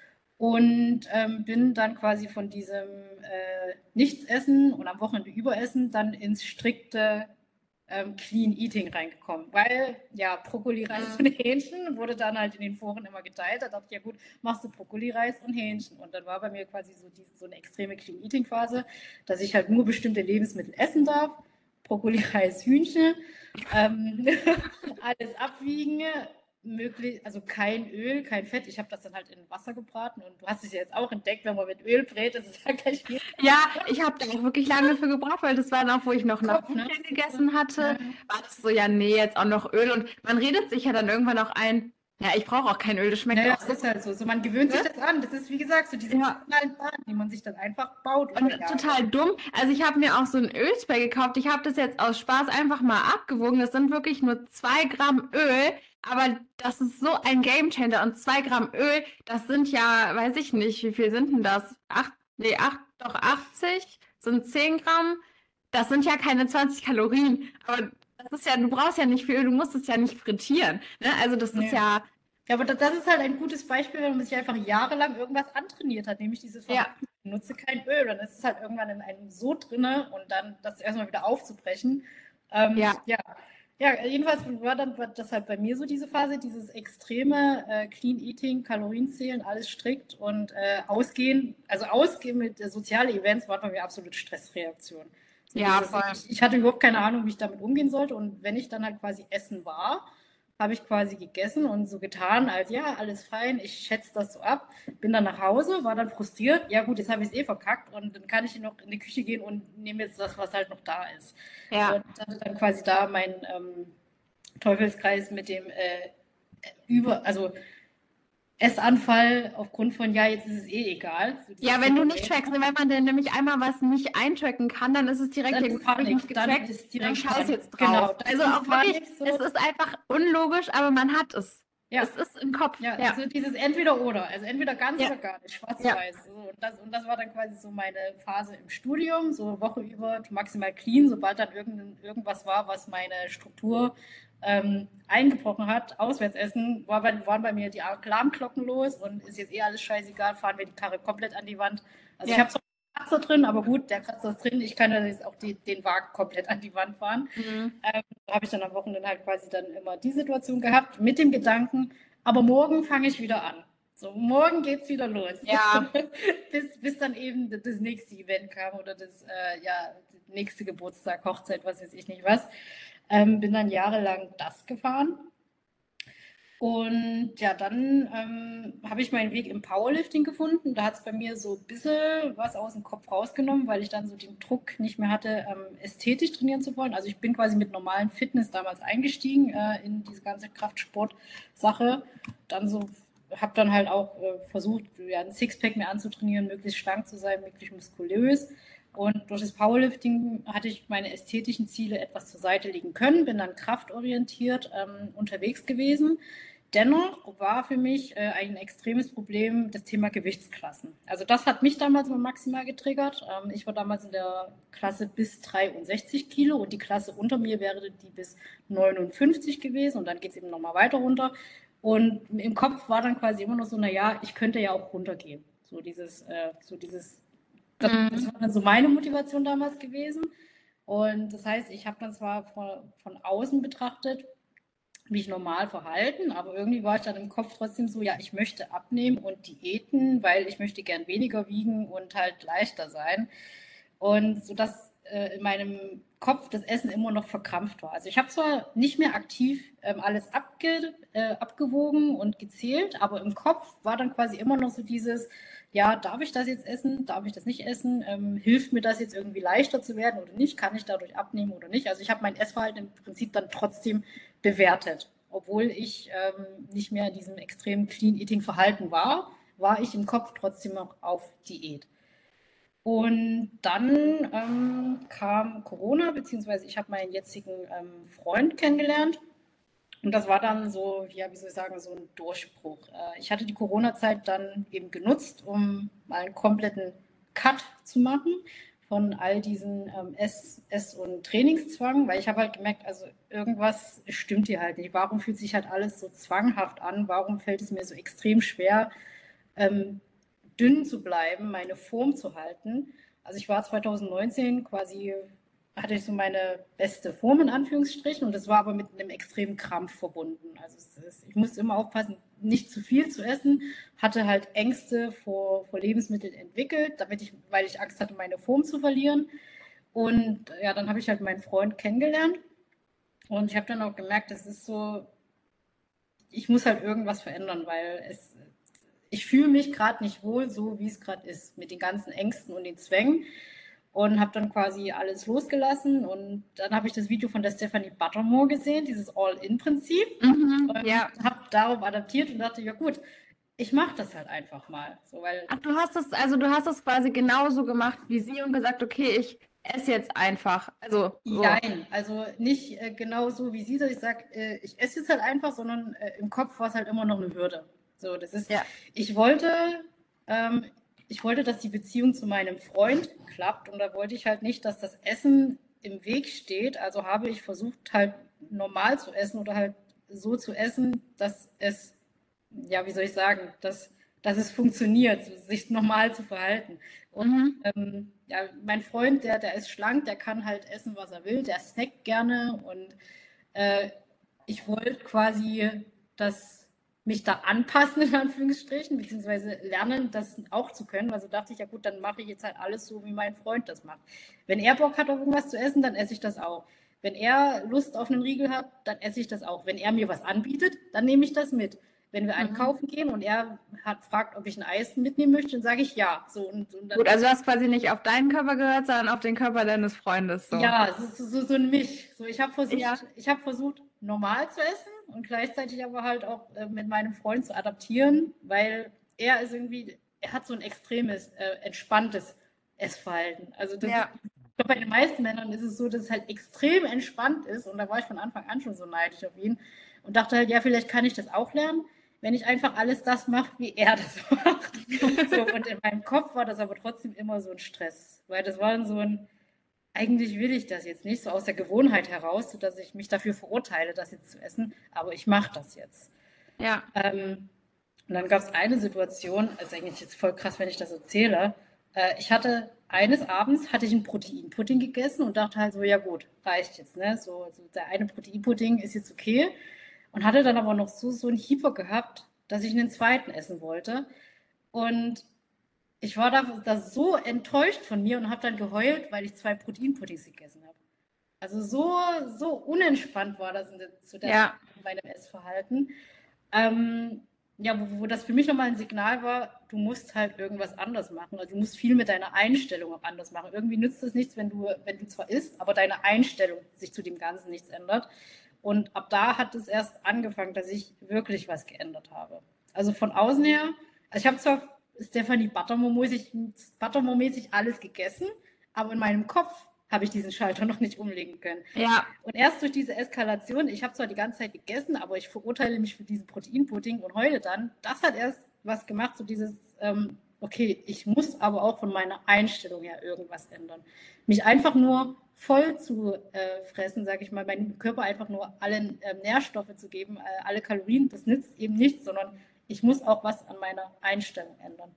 Und ähm, bin dann quasi von diesem äh, Nichtsessen und am Wochenende Überessen dann ins strikte ähm, Clean Eating reingekommen. Weil, ja, Brokkoli, Reis und Mhm. Hähnchen wurde dann halt in den Foren immer geteilt. Da dachte ich, ja gut, machst du Brokkoli, Reis und Hähnchen. Und dann war bei mir quasi so, die, so eine extreme Clean Eating Phase, dass ich halt nur bestimmte Lebensmittel essen darf. Brokkoli, Reis, Hühnchen. Ähm, alles abwiegen, möglich, also kein Öl, kein Fett. Ich habe das dann halt in Wasser gebraten und du hast es ja jetzt auch entdeckt, wenn man mit Öl brät, das ist ja gleich viel Ja, ich habe da auch wirklich lange für gebraucht, weil das war noch, wo ich noch nach Kopf, ne? Hähnchen Das ist so, gegessen hatte, ja. war das so, ja, nee, jetzt auch noch Öl. Und man redet sich ja dann irgendwann auch ein, ja, ich brauche auch kein Öl, das schmeckt Naja, auch es so ist halt so. So, man gewöhnt sich gut. das an. Das ist, wie gesagt, so diese Ja, kleinen Bahnen, die man sich dann einfach baut über und Jahre. total dumm. Also ich habe mir auch so ein Ölspray gekauft. Ich habe das jetzt aus Spaß einfach mal abgewogen. Das sind wirklich nur zwei Gramm Öl. Aber das ist so ein Gamechanger. Und zwei Gramm Öl, das sind ja, weiß ich nicht, wie viel sind denn das? Acht, nee, acht, doch achtzig sind zehn Gramm. Das sind ja keine zwanzig Kalorien. Aber das ist ja, du brauchst ja nicht viel Öl, du musst es ja nicht frittieren. Ne? Also das ist Ja. ja, Ja, aber da- das ist halt ein gutes Beispiel, wenn man sich einfach jahrelang irgendwas antrainiert hat, nämlich dieses ja, Verhalten, ich nutze kein Öl. Dann ist es halt irgendwann in einem so drinne und dann das erstmal wieder aufzubrechen. Ähm, ja, ja. Ja, jedenfalls war dann war das halt bei mir so diese Phase, dieses extreme äh, Clean Eating, Kalorienzählen, alles strikt und äh, Ausgehen, also Ausgehen mit äh, sozialen Events war bei mir absolut Stressreaktion. So ja, dieses, voll. ich, ich hatte überhaupt keine Ahnung, wie ich damit umgehen sollte und wenn ich dann halt quasi essen war, habe ich quasi gegessen und so getan, als ja, alles fein, ich schätze das so ab, bin dann nach Hause, war dann frustriert, ja gut, jetzt habe ich es eh verkackt und dann kann ich noch in die Küche gehen und nehme jetzt das, was halt noch da ist. Ja. Und hatte dann quasi da meinen ähm, Teufelskreis mit dem äh, über, also Essanfall aufgrund von, ja, jetzt ist es eh egal, so dieses Ja, wenn du Thema nicht trackst, ne, wenn man denn nämlich einmal was nicht eintracken kann, dann ist es direkt, dann ja ist gut, habe ich nicht Panik, dann getrackt, ist dann direkt scheiß Panik. jetzt Genau, drauf. dann Also ist auch wirklich, Panik so, es ist einfach unlogisch, aber man hat es. ja, Es ist im Kopf. ja, Ja, so dieses Entweder-Oder, also entweder ganz ja, oder gar nicht, ja, schwarz-weiß. So, und, das, und das war dann quasi so meine Phase im Studium, so eine Woche über maximal clean, sobald dann irgend, irgendwas war, was meine Struktur ähm, eingebrochen hat. Auswärtsessen war bei, waren bei mir die Alarmglocken los und ist jetzt eh alles scheißegal, fahren wir die Karre komplett an die Wand. Also ich ja. habe zwar einen Kratzer drin, aber gut, der Kratzer ist drin, ich kann ja jetzt auch die, den Wagen komplett an die Wand fahren. Mhm. Ähm, da habe ich dann am Wochenende halt quasi dann immer die Situation gehabt, mit dem Gedanken, aber morgen fange ich wieder an. So, morgen geht's wieder los. Ja, bis, bis dann eben das nächste Event kam oder das äh, ja, nächste Geburtstag, Hochzeit, was weiß ich nicht was. Ähm, bin dann jahrelang das gefahren. Und ja, dann ähm, habe ich meinen Weg im Powerlifting gefunden. Da hat es bei mir so ein bisschen was aus dem Kopf rausgenommen, weil ich dann so den Druck nicht mehr hatte, ähm, ästhetisch trainieren zu wollen. Also ich bin quasi mit normalen Fitness damals eingestiegen äh, in diese ganze Kraftsport-Sache. Dann so, habe dann halt auch äh, versucht, ja, ein Sixpack mir anzutrainieren, möglichst schlank zu sein, möglichst muskulös. Und durch das Powerlifting hatte ich meine ästhetischen Ziele etwas zur Seite legen können, bin dann kraftorientiert ähm, unterwegs gewesen. Dennoch war für mich äh, ein extremes Problem das Thema Gewichtsklassen. Also das hat mich damals mal maximal getriggert. Ähm, ich war damals in der Klasse bis dreiundsechzig Kilo und die Klasse unter mir wäre die bis neunundfünfzig gewesen und dann geht es eben nochmal weiter runter. Und im Kopf war dann quasi immer noch so, naja, ich könnte ja auch runtergehen. So dieses, äh, so dieses, das, das mhm. war dann so meine Motivation damals gewesen. Und das heißt, ich habe dann zwar von, von außen betrachtet mich normal verhalten, aber irgendwie war ich dann im Kopf trotzdem so, ja, ich möchte abnehmen und Diäten, weil ich möchte gern weniger wiegen und halt leichter sein. Und so dass äh, in meinem Kopf das Essen immer noch verkrampft war. Also ich habe zwar nicht mehr aktiv ähm, alles abge, äh, abgewogen und gezählt, aber im Kopf war dann quasi immer noch so dieses, ja, darf ich das jetzt essen, darf ich das nicht essen, ähm, hilft mir das jetzt irgendwie leichter zu werden oder nicht, kann ich dadurch abnehmen oder nicht. Also ich habe mein Essverhalten im Prinzip dann trotzdem bewertet. Obwohl ich ähm, nicht mehr in diesem extremen Clean-Eating-Verhalten war, war ich im Kopf trotzdem noch auf Diät. Und dann ähm, kam Corona, beziehungsweise ich habe meinen jetzigen ähm, Freund kennengelernt. Und das war dann so, ja, wie soll ich sagen, so ein Durchbruch. Äh, ich hatte die Corona-Zeit dann eben genutzt, um mal einen kompletten Cut zu machen von all diesen ähm, Ess-, Ess- und Trainingszwang, weil ich habe halt gemerkt, also irgendwas stimmt hier halt nicht. Warum fühlt sich halt alles so zwanghaft an? Warum fällt es mir so extrem schwer, ähm, dünn zu bleiben, meine Form zu halten? Also ich war zwanzig neunzehn quasi, hatte ich so meine beste Form in Anführungsstrichen und das war aber mit einem extremen Krampf verbunden. Also es ist, ich musste immer aufpassen, nicht zu viel zu essen, hatte halt Ängste vor, vor Lebensmitteln entwickelt, damit ich, weil ich Angst hatte, meine Form zu verlieren. Und ja, dann habe ich halt meinen Freund kennengelernt und ich habe dann auch gemerkt, das ist so, ich muss halt irgendwas verändern, weil es, ich fühle mich gerade nicht wohl, so wie es gerade ist, mit den ganzen Ängsten und den Zwängen. Und habe dann quasi alles losgelassen. Und dann habe ich das Video von der Stephanie Buttermore gesehen, dieses All-In-Prinzip. Mhm, Und ja. habe darauf adaptiert und dachte, ja gut, ich mache das halt einfach mal. So, weil, Ach, du hast es, also du hast es quasi genauso gemacht wie sie und gesagt, okay, ich esse jetzt einfach. Also so. jein, also nicht äh, genau so wie sie das. Ich sage, äh, ich esse jetzt halt einfach, sondern äh, im Kopf war es halt immer noch eine Hürde. So, das ist, Ja. ich wollte, ähm, ich wollte, dass die Beziehung zu meinem Freund klappt und da wollte ich halt nicht, dass das Essen im Weg steht. Also habe ich versucht, halt normal zu essen oder halt so zu essen, dass es, ja, wie soll ich sagen, dass, dass es funktioniert, so, sich normal zu verhalten. Und Mhm. ähm, ja, mein Freund, der, der ist schlank, der kann halt essen, was er will, der snackt gerne und äh, ich wollte quasi das mich da anpassen, in Anführungsstrichen, beziehungsweise lernen, das auch zu können. Also dachte ich, ja gut, dann mache ich jetzt halt alles so, wie mein Freund das macht. Wenn er Bock hat, auf irgendwas zu essen, dann esse ich das auch. Wenn er Lust auf einen Riegel hat, dann esse ich das auch. Wenn er mir was anbietet, dann nehme ich das mit. Wenn wir Mhm. einkaufen gehen und er hat, fragt, ob ich ein Eis mitnehmen möchte, dann sage ich ja. So, und, und dann Gut, also du hast quasi nicht auf deinen Körper gehört, sondern auf den Körper deines Freundes so. ja, es ist so, so, so ein Misch. So, ich habe Ja. versucht, ich habe versucht, normal zu essen und gleichzeitig aber halt auch äh, mit meinem Freund zu adaptieren, weil er ist irgendwie, er hat so ein extremes, äh, entspanntes Essverhalten. Also das ist, Ja. ich glaube, bei den meisten Männern ist es so, dass es halt extrem entspannt ist und da war ich von Anfang an schon so neidisch auf ihn und dachte halt, ja, vielleicht kann ich das auch lernen, wenn ich einfach alles das mache, wie er das macht. So, und in meinem Kopf war das aber trotzdem immer so ein Stress, weil das war dann so ein eigentlich will ich das jetzt nicht, so aus der Gewohnheit heraus, sodass ich mich dafür verurteile, das jetzt zu essen, aber ich mache das jetzt. Ja. Ähm, und dann gab es eine Situation, ist eigentlich jetzt voll krass, wenn ich das erzähle. Äh, ich hatte eines Abends hatte ich einen Proteinpudding gegessen und dachte halt so, ja gut, reicht jetzt, ne? So, so der eine Proteinpudding ist jetzt okay. Und hatte dann aber noch so, so einen Hieper gehabt, dass ich einen zweiten essen wollte. Und ich war da, da so enttäuscht von mir und habe dann geheult, weil ich zwei Proteinpuddings gegessen habe. Also so, so unentspannt war das in der, zu der Zeit Ja. in meinem Essverhalten. Ähm, ja, wo, wo das für mich nochmal ein Signal war, du musst halt irgendwas anders machen. Also du musst viel mit deiner Einstellung auch anders machen. Irgendwie nützt es nichts, wenn du, wenn du zwar isst, aber deine Einstellung sich zu dem Ganzen nichts ändert. Und ab da hat es erst angefangen, dass ich wirklich was geändert habe. Also von außen her, also ich habe zwar Stephanie Buttermore-mäßig Buttermore-mäßig alles gegessen, aber in meinem Kopf habe ich diesen Schalter noch nicht umlegen können. Ja. Und erst durch diese Eskalation, ich habe zwar die ganze Zeit gegessen, aber ich verurteile mich für diesen Proteinpudding und heule dann, das hat erst was gemacht, so dieses, ähm, okay, ich muss aber auch von meiner Einstellung her irgendwas ändern. Mich einfach nur voll zu äh, fressen, sage ich mal, meinem Körper einfach nur alle äh, Nährstoffe zu geben, äh, alle Kalorien, das nützt eben nichts, sondern ich muss auch was an meiner Einstellung ändern.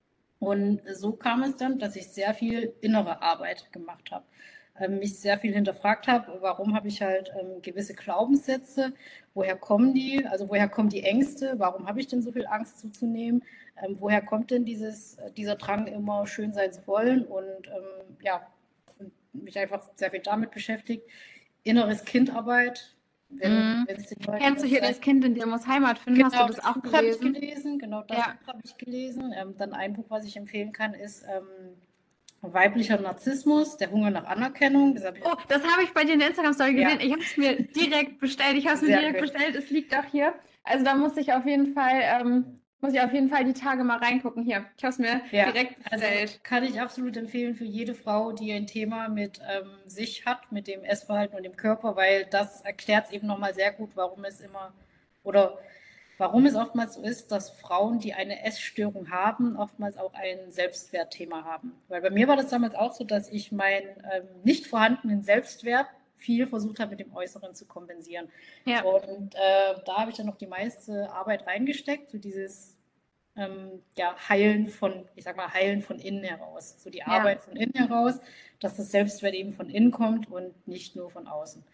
Und so kam es dann, dass ich sehr viel innere Arbeit gemacht habe, ähm, mich sehr viel hinterfragt habe, warum habe ich halt ähm, gewisse Glaubenssätze, woher kommen die, also woher kommen die Ängste, warum habe ich denn so viel Angst zuzunehmen, ähm, woher kommt denn dieses, dieser Drang immer schön sein zu wollen und ähm, ja, und mich einfach sehr viel damit beschäftigt. Inneres Kindarbeit, wenn Mhm. es den Leuten Kennst du was hier sagt. das Kind in dir muss Heimat finden? Hast du Genau, das das auch Buch habe ich gelesen? gelesen. Genau das Ja. Buch habe ich gelesen. Ähm, dann ein Buch, was ich empfehlen kann, ist ähm, Weiblicher Narzissmus, der Hunger nach Anerkennung. Das habe ich Oh, das habe ich bei dir in der Instagram-Story ja gesehen. Ich habe es mir direkt bestellt. Ich habe es mir sehr direkt gut. bestellt. Es liegt auch hier. Also da muss ich auf jeden Fall, ähm, muss ich auf jeden Fall die Tage mal reingucken. Hier, ich habe es mir Ja, direkt also bestellt. kann ich absolut empfehlen für jede Frau, die ein Thema mit ähm, sich hat, mit dem Essverhalten und dem Körper, weil das erklärt es eben nochmal sehr gut, warum es immer oder warum es oftmals so ist, dass Frauen, die eine Essstörung haben, oftmals auch ein Selbstwertthema haben. Weil bei mir war das damals auch so, dass ich meinen ähm, nicht vorhandenen Selbstwert viel versucht habe, mit dem Äußeren zu kompensieren. Ja. Und äh, da habe ich dann noch die meiste Arbeit reingesteckt, so dieses ähm, ja, Heilen von, ich sag mal, Heilen von innen heraus. So die Ja. Arbeit von innen heraus, dass das Selbstwert eben von innen kommt und nicht nur von außen.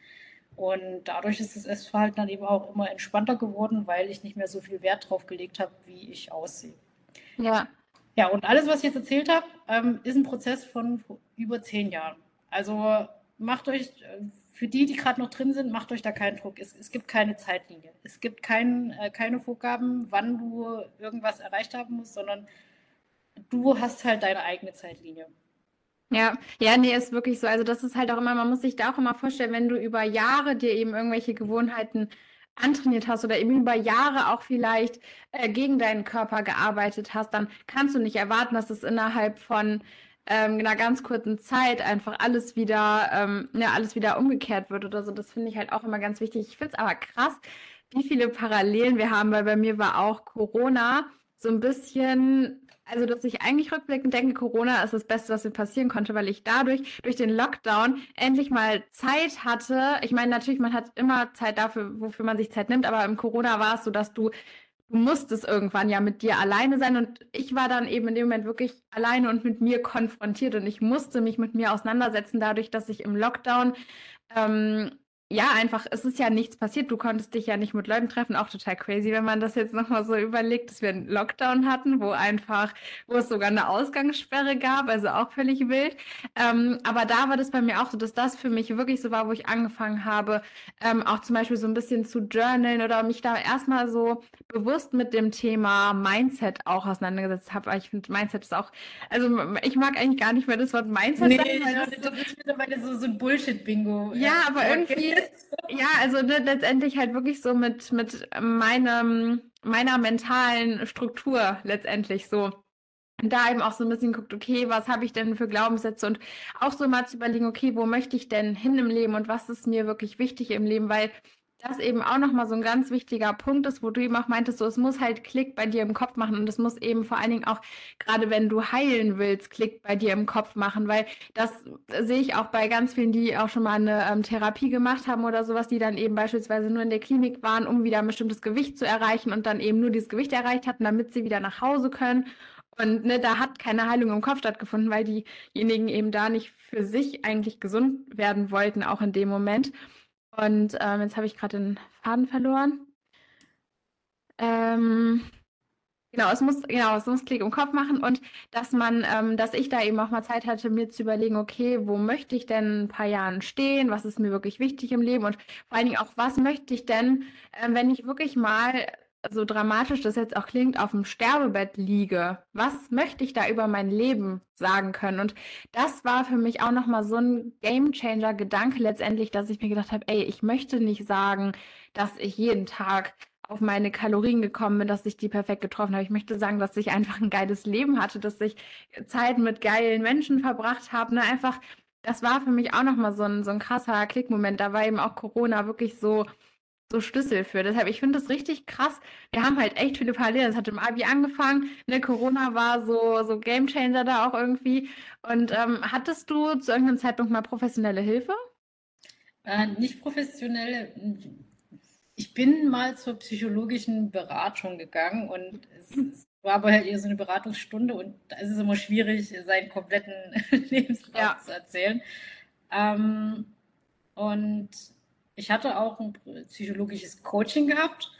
Und dadurch ist das Essverhalten dann eben auch immer entspannter geworden, weil ich nicht mehr so viel Wert drauf gelegt habe, wie ich aussehe. Ja. Ja, und alles, was ich jetzt erzählt habe, ähm, ist ein Prozess von über zehn Jahren. Also macht euch, für die, die gerade noch drin sind, macht euch da keinen Druck. Es, es gibt keine Zeitlinie. Es gibt kein, äh, keine Vorgaben, wann du irgendwas erreicht haben musst, sondern du hast halt deine eigene Zeitlinie. Ja, ja, nee, ist wirklich so. Also das ist halt auch immer, man muss sich da auch immer vorstellen, wenn du über Jahre dir eben irgendwelche Gewohnheiten antrainiert hast oder eben über Jahre auch vielleicht äh, gegen deinen Körper gearbeitet hast, dann kannst du nicht erwarten, dass es innerhalb von ähm, einer ganz kurzen Zeit einfach alles wieder, ähm, ja, alles wieder umgekehrt wird oder so. Das finde ich halt auch immer ganz wichtig. Ich finde es aber krass, wie viele Parallelen wir haben, weil bei mir war auch Corona so ein bisschen, also dass ich eigentlich rückblickend denke, Corona ist das Beste, was mir passieren konnte, weil ich dadurch, durch den Lockdown, endlich mal Zeit hatte. Ich meine, natürlich, man hat immer Zeit dafür, wofür man sich Zeit nimmt, aber im Corona war es so, dass du, du musstest irgendwann ja mit dir alleine sein und ich war dann eben in dem Moment wirklich alleine und mit mir konfrontiert und ich musste mich mit mir auseinandersetzen, dadurch, dass ich im Lockdown ähm, ja, einfach, es ist ja nichts passiert. Du konntest dich ja nicht mit Leuten treffen. Auch total crazy, wenn man das jetzt nochmal so überlegt, dass wir einen Lockdown hatten, wo einfach, wo es sogar eine Ausgangssperre gab, also auch völlig wild. Ähm, aber da war das bei mir auch so, dass das für mich wirklich so war, wo ich angefangen habe, ähm, auch zum Beispiel so ein bisschen zu journalen oder mich da erstmal so bewusst mit dem Thema Mindset auch auseinandergesetzt habe. Ich finde, Mindset ist auch, also ich mag eigentlich gar nicht mehr das Wort Mindset Nee, sagen, weil das, das das ist mittlerweile so, so ein Bullshit-Bingo. ja, äh, aber irgendwie, ja, also ne, letztendlich halt wirklich so mit, mit meinem, meiner mentalen Struktur letztendlich so. Und da eben auch so ein bisschen guckt, okay, was habe ich denn für Glaubenssätze und auch so mal zu überlegen, okay, wo möchte ich denn hin im Leben und was ist mir wirklich wichtig im Leben, weil das eben auch nochmal so ein ganz wichtiger Punkt ist, wo du eben auch meintest, so es muss halt Klick bei dir im Kopf machen und es muss eben vor allen Dingen auch, gerade wenn du heilen willst, Klick bei dir im Kopf machen, weil das sehe ich auch bei ganz vielen, die auch schon mal eine ähm, Therapie gemacht haben oder sowas, die dann eben beispielsweise nur in der Klinik waren, um wieder ein bestimmtes Gewicht zu erreichen und dann eben nur dieses Gewicht erreicht hatten, damit sie wieder nach Hause können. Und ne, da hat keine Heilung im Kopf stattgefunden, weil diejenigen eben da nicht für sich eigentlich gesund werden wollten, auch in dem Moment. Und ähm, jetzt habe ich gerade den Faden verloren. Ähm, genau, es muss, genau, es muss Klick im Kopf machen und dass man, ähm, dass ich da eben auch mal Zeit hatte, mir zu überlegen, okay, wo möchte ich denn in ein paar Jahren stehen? Was ist mir wirklich wichtig im Leben? Und vor allen Dingen auch, was möchte ich denn, ähm, wenn ich wirklich mal, so dramatisch das jetzt auch klingt, auf dem Sterbebett liege? Was möchte ich da über mein Leben sagen können? Und das war für mich auch nochmal so ein Gamechanger-Gedanke letztendlich, dass ich mir gedacht habe, ey, ich möchte nicht sagen, dass ich jeden Tag auf meine Kalorien gekommen bin, dass ich die perfekt getroffen habe. Ich möchte sagen, dass ich einfach ein geiles Leben hatte, dass ich Zeit mit geilen Menschen verbracht habe. Ne? Einfach, das war für mich auch nochmal so ein, so ein krasser Klickmoment. Da war eben auch Corona wirklich so, so Schlüssel für. Deshalb, ich finde das richtig krass. Wir haben halt echt viele Parallelen. Es hat im Abi angefangen. Ne? Corona war so, so Gamechanger da auch irgendwie. Und ähm, hattest du zu irgendeinem Zeitpunkt mal professionelle Hilfe? Äh, nicht professionelle. Ich bin mal zur psychologischen Beratung gegangen und es, es war aber halt eher so eine Beratungsstunde und da ist es immer schwierig, seinen kompletten Lebenslauf Ja. zu erzählen. Ähm, und ich hatte auch ein psychologisches Coaching gehabt.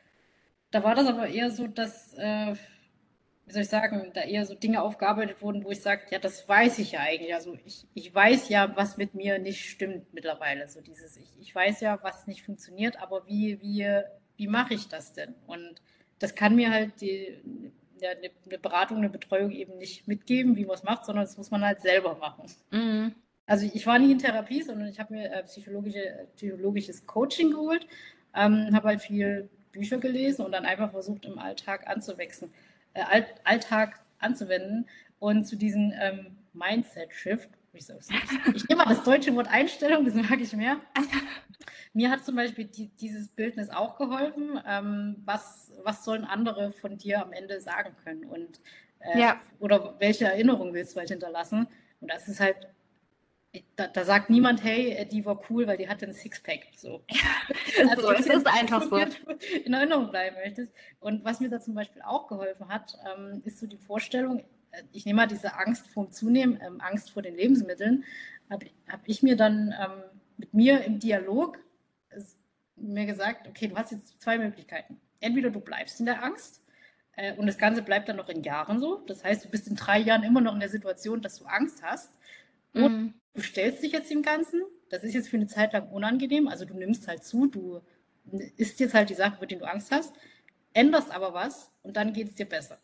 Da war das aber eher so, dass, äh, wie soll ich sagen, da eher so Dinge aufgearbeitet wurden, wo ich sage, ja, das weiß ich ja eigentlich. Also ich, ich weiß ja, was mit mir nicht stimmt mittlerweile. So dieses, ich, ich weiß ja, was nicht funktioniert, aber wie, wie, wie mache ich das denn? Und das kann mir halt die, ja, eine, eine Beratung, eine Betreuung eben nicht mitgeben, wie man es macht, sondern das muss man halt selber machen. Mhm. Also ich war nie in Therapie, sondern ich habe mir äh, psychologische, psychologisches Coaching geholt, ähm, habe halt viel Bücher gelesen und dann einfach versucht, im Alltag anzuwechseln, äh, All Alltag anzuwenden und zu diesem ähm, Mindset-Shift. Ich, so, ich, ich nehme mal das deutsche Wort Einstellung, das mag ich mehr. Mir hat zum Beispiel die, dieses Bildnis auch geholfen. Ähm, was, was sollen andere von dir am Ende sagen können? Und, äh, Ja. oder welche Erinnerung willst du halt hinterlassen? Und das ist halt da, da sagt niemand, hey, die war cool, weil die hatte ein Sixpack. So. Ist Also so, es ist einfach so. in Erinnerung bleiben möchtest. Und was mir da zum Beispiel auch geholfen hat, ähm, ist so die Vorstellung, ich nehme mal diese Angst vorm Zunehmen, ähm, Angst vor den Lebensmitteln, habe hab ich mir dann ähm, mit mir im Dialog es, mir gesagt, okay, du hast jetzt zwei Möglichkeiten. Entweder du bleibst in der Angst äh, und das Ganze bleibt dann noch in Jahren so. Das heißt, du bist in drei Jahren immer noch in der Situation, dass du Angst hast. Mhm. du stellst dich jetzt dem Ganzen, das ist jetzt für eine Zeit lang unangenehm, also du nimmst halt zu, du isst jetzt halt die Sachen, vor denen du Angst hast, änderst aber was und dann geht es dir besser.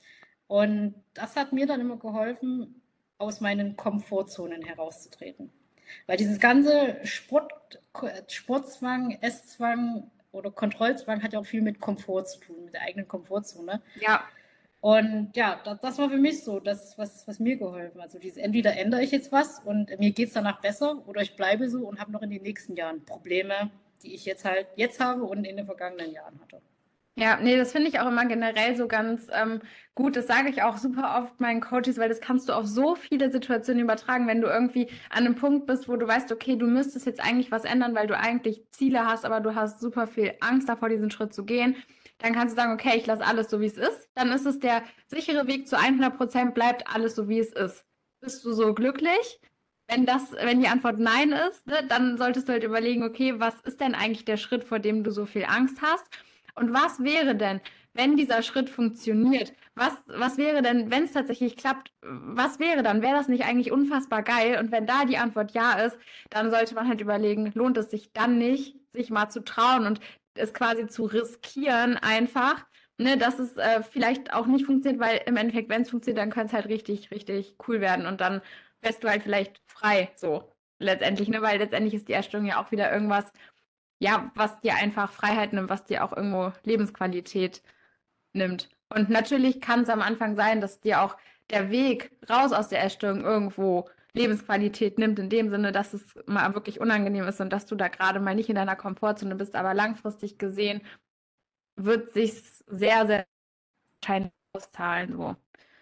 Und das hat mir dann immer geholfen, aus meinen Komfortzonen herauszutreten. Weil dieses ganze Sport, Sportzwang, Esszwang oder Kontrollzwang hat ja auch viel mit Komfort zu tun, mit der eigenen Komfortzone. Ja. Und ja, das, das war für mich so, das, was, was mir geholfen hat. Also dieses, entweder ändere ich jetzt was und mir geht es danach besser oder ich bleibe so und habe noch in den nächsten Jahren Probleme, die ich jetzt halt jetzt habe und in den vergangenen Jahren hatte. Ja, nee, das finde ich auch immer generell so ganz ähm, gut. Das sage ich auch super oft meinen Coaches, weil das kannst du auf so viele Situationen übertragen, wenn du irgendwie an einem Punkt bist, wo du weißt, okay, du müsstest jetzt eigentlich was ändern, weil du eigentlich Ziele hast, aber du hast super viel Angst davor, diesen Schritt zu gehen. Dann kannst du sagen, okay, ich lasse alles so, wie es ist. Dann ist es der sichere Weg zu hundert Prozent, bleibt alles so, wie es ist. Bist du so glücklich? Wenn das, wenn die Antwort nein ist, ne, dann solltest du halt überlegen, okay, was ist denn eigentlich der Schritt, vor dem du so viel Angst hast? Und was wäre denn, wenn dieser Schritt funktioniert? Was, was wäre denn, wenn es tatsächlich klappt? Was wäre dann? Wäre das nicht eigentlich unfassbar geil? Und wenn da die Antwort ja ist, dann sollte man halt überlegen, lohnt es sich dann nicht, sich mal zu trauen und es quasi zu riskieren einfach, ne, dass es äh, vielleicht auch nicht funktioniert, weil im Endeffekt, wenn es funktioniert, dann könnte es halt richtig, richtig cool werden und dann wärst du halt vielleicht frei, so letztendlich, ne, weil letztendlich ist die Erstellung ja auch wieder irgendwas, ja, was dir einfach Freiheit nimmt, was dir auch irgendwo Lebensqualität nimmt. Und natürlich kann es am Anfang sein, dass dir auch der Weg raus aus der Essstörung irgendwo Lebensqualität nimmt, in dem Sinne, dass es mal wirklich unangenehm ist und dass du da gerade mal nicht in deiner Komfortzone bist, aber langfristig gesehen wird sich sehr, sehr wahrscheinlich auszahlen. So.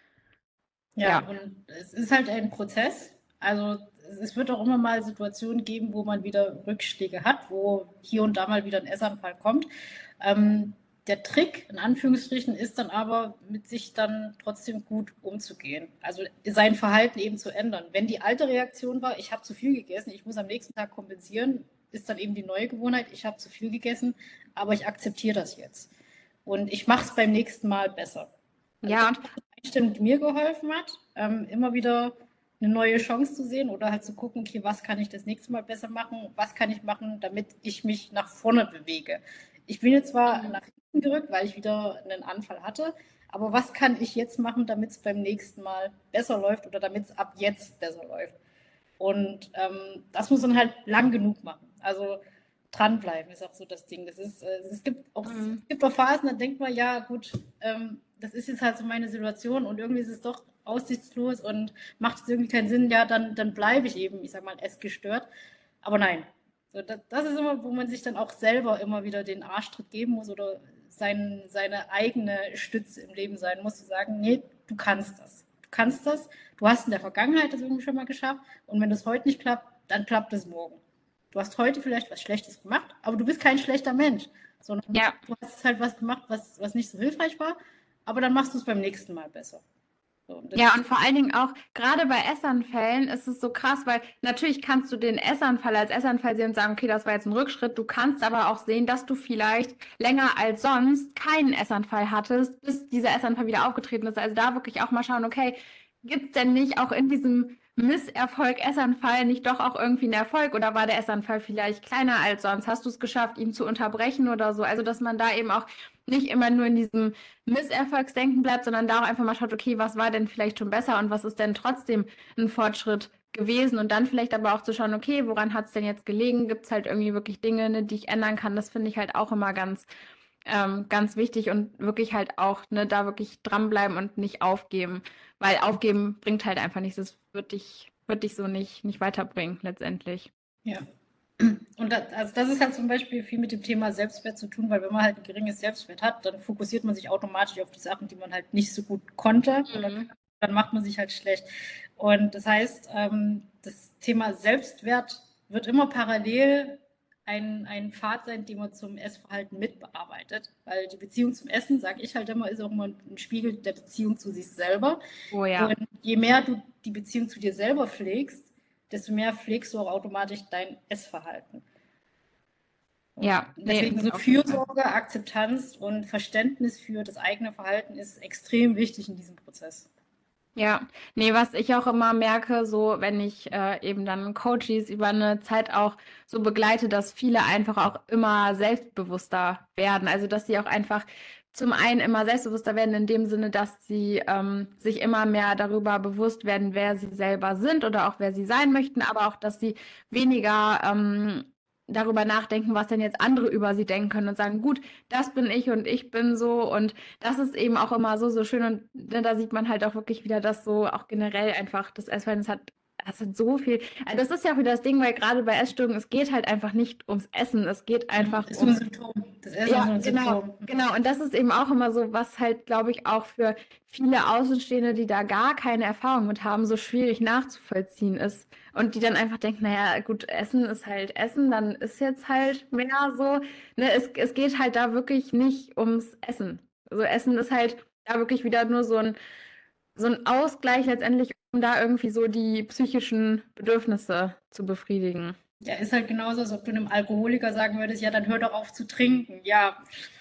Ja, Ja. und es ist halt ein Prozess. Also es wird auch immer mal Situationen geben, wo man wieder Rückschläge hat, wo hier und da mal wieder ein Essanfall kommt. Ähm, der Trick, in Anführungsstrichen, ist dann aber, mit sich dann trotzdem gut umzugehen. Also sein Verhalten eben zu ändern. Wenn die alte Reaktion war, ich habe zu viel gegessen, ich muss am nächsten Tag kompensieren, ist dann eben die neue Gewohnheit, ich habe zu viel gegessen, aber ich akzeptiere das jetzt. Und ich mache es beim nächsten Mal besser. Also Ja, das und ist eine Einstellung, die mir geholfen hat, ähm, immer wieder eine neue Chance zu sehen oder halt zu gucken, okay, was kann ich das nächste Mal besser machen, was kann ich machen, damit ich mich nach vorne bewege. Ich bin jetzt zwar nach hinten gerückt, weil ich wieder einen Anfall hatte, aber was kann ich jetzt machen, damit es beim nächsten Mal besser läuft oder damit es ab jetzt besser läuft? Und ähm, das muss man halt lang genug machen. Also dranbleiben ist auch so das Ding. Das ist, äh, es, gibt auch, mhm. es gibt auch Phasen, da denkt man, ja gut, ähm, das ist jetzt halt so meine Situation und irgendwie ist es doch aussichtslos und macht es irgendwie keinen Sinn, ja, dann, dann bleibe ich eben, ich sag mal, essgestört. Aber nein, so, das, das ist immer, wo man sich dann auch selber immer wieder den Arschtritt geben muss oder sein, seine eigene Stütze im Leben sein muss, zu sagen, nee, du kannst das. Du kannst das. Du hast in der Vergangenheit das irgendwie schon mal geschafft und wenn das heute nicht klappt, dann klappt es morgen. Du hast heute vielleicht was Schlechtes gemacht, aber du bist kein schlechter Mensch, sondern Ja. du hast halt was gemacht, was, was nicht so hilfreich war, aber dann machst du es beim nächsten Mal besser. So, und Ja, das, und vor allen Dingen auch, gerade bei Essanfällen ist es so krass, weil natürlich kannst du den Essanfall als Essanfall sehen und sagen, okay, das war jetzt ein Rückschritt. Du kannst aber auch sehen, dass du vielleicht länger als sonst keinen Essanfall hattest, bis dieser Essanfall wieder aufgetreten ist. Also da wirklich auch mal schauen, okay, gibt es denn nicht auch in diesem Misserfolg, Essanfall nicht doch auch irgendwie einen Erfolg oder war der Essanfall vielleicht kleiner als sonst? Hast du es geschafft, ihn zu unterbrechen oder so? Also, dass man da eben auch nicht immer nur in diesem Misserfolgsdenken bleibt, sondern da auch einfach mal schaut, okay, was war denn vielleicht schon besser und was ist denn trotzdem ein Fortschritt gewesen und dann vielleicht aber auch zu schauen, okay, woran hat es denn jetzt gelegen? Gibt es halt irgendwie wirklich Dinge, ne, die ich ändern kann? Das finde ich halt auch immer ganz, ähm, ganz wichtig und wirklich halt auch, ne, da wirklich dranbleiben und nicht aufgeben, weil aufgeben bringt halt einfach nichts. Das wird dich, wird dich so nicht, nicht weiterbringen letztendlich. ja. Und das, also das ist halt zum Beispiel viel mit dem Thema Selbstwert zu tun, weil wenn man halt ein geringes Selbstwert hat, dann fokussiert man sich automatisch auf die Sachen, die man halt nicht so gut konnte oder Mhm. dann macht man sich halt schlecht. Und das heißt, ähm, das Thema Selbstwert wird immer parallel ein, ein Pfad sein, den man zum Essverhalten mitbearbeitet, weil die Beziehung zum Essen, sage ich halt immer, ist auch immer ein Spiegel der Beziehung zu sich selber. Oh ja. Und je mehr du die Beziehung zu dir selber pflegst, desto mehr pflegst du auch automatisch dein Essverhalten. Und Ja, nee, deswegen so auf jeden Fall. Fürsorge, Akzeptanz und Verständnis für das eigene Verhalten ist extrem wichtig in diesem Prozess. Ja, nee, was ich auch immer merke, so wenn ich äh, eben dann Coaches über eine Zeit auch so begleite, dass viele einfach auch immer selbstbewusster werden. Also dass sie auch einfach zum einen immer selbstbewusster werden in dem Sinne, dass sie ähm, sich immer mehr darüber bewusst werden, wer sie selber sind oder auch wer sie sein möchten, aber auch, dass sie weniger ähm, darüber nachdenken, was denn jetzt andere über sie denken können und sagen, gut, das bin ich und ich bin so und das ist eben auch immer so, so schön und ne, da sieht man halt auch wirklich wieder, dass so auch generell einfach das Essverhalten, das hat, das hat so viel, also das ist ja auch wieder das Ding, weil gerade bei Essstörungen, es geht halt einfach nicht ums Essen, es geht einfach Ist nur um ein Symptom. Das Essen ist ja, nur ein genau, Symptom. genau. Und das ist eben auch immer so, was halt, glaube ich, auch für viele Außenstehende, die da gar keine Erfahrung mit haben, so schwierig nachzuvollziehen ist. Und die dann einfach denken, naja, gut, Essen ist halt Essen, dann ist jetzt halt mehr so. Ne, es, es geht halt da wirklich nicht ums Essen. Also Essen ist halt da wirklich wieder nur so ein, so ein Ausgleich letztendlich, um da irgendwie so die psychischen Bedürfnisse zu befriedigen. Ja, ist halt genauso, als ob du einem Alkoholiker sagen würdest, ja, dann hör doch auf zu trinken. Ja,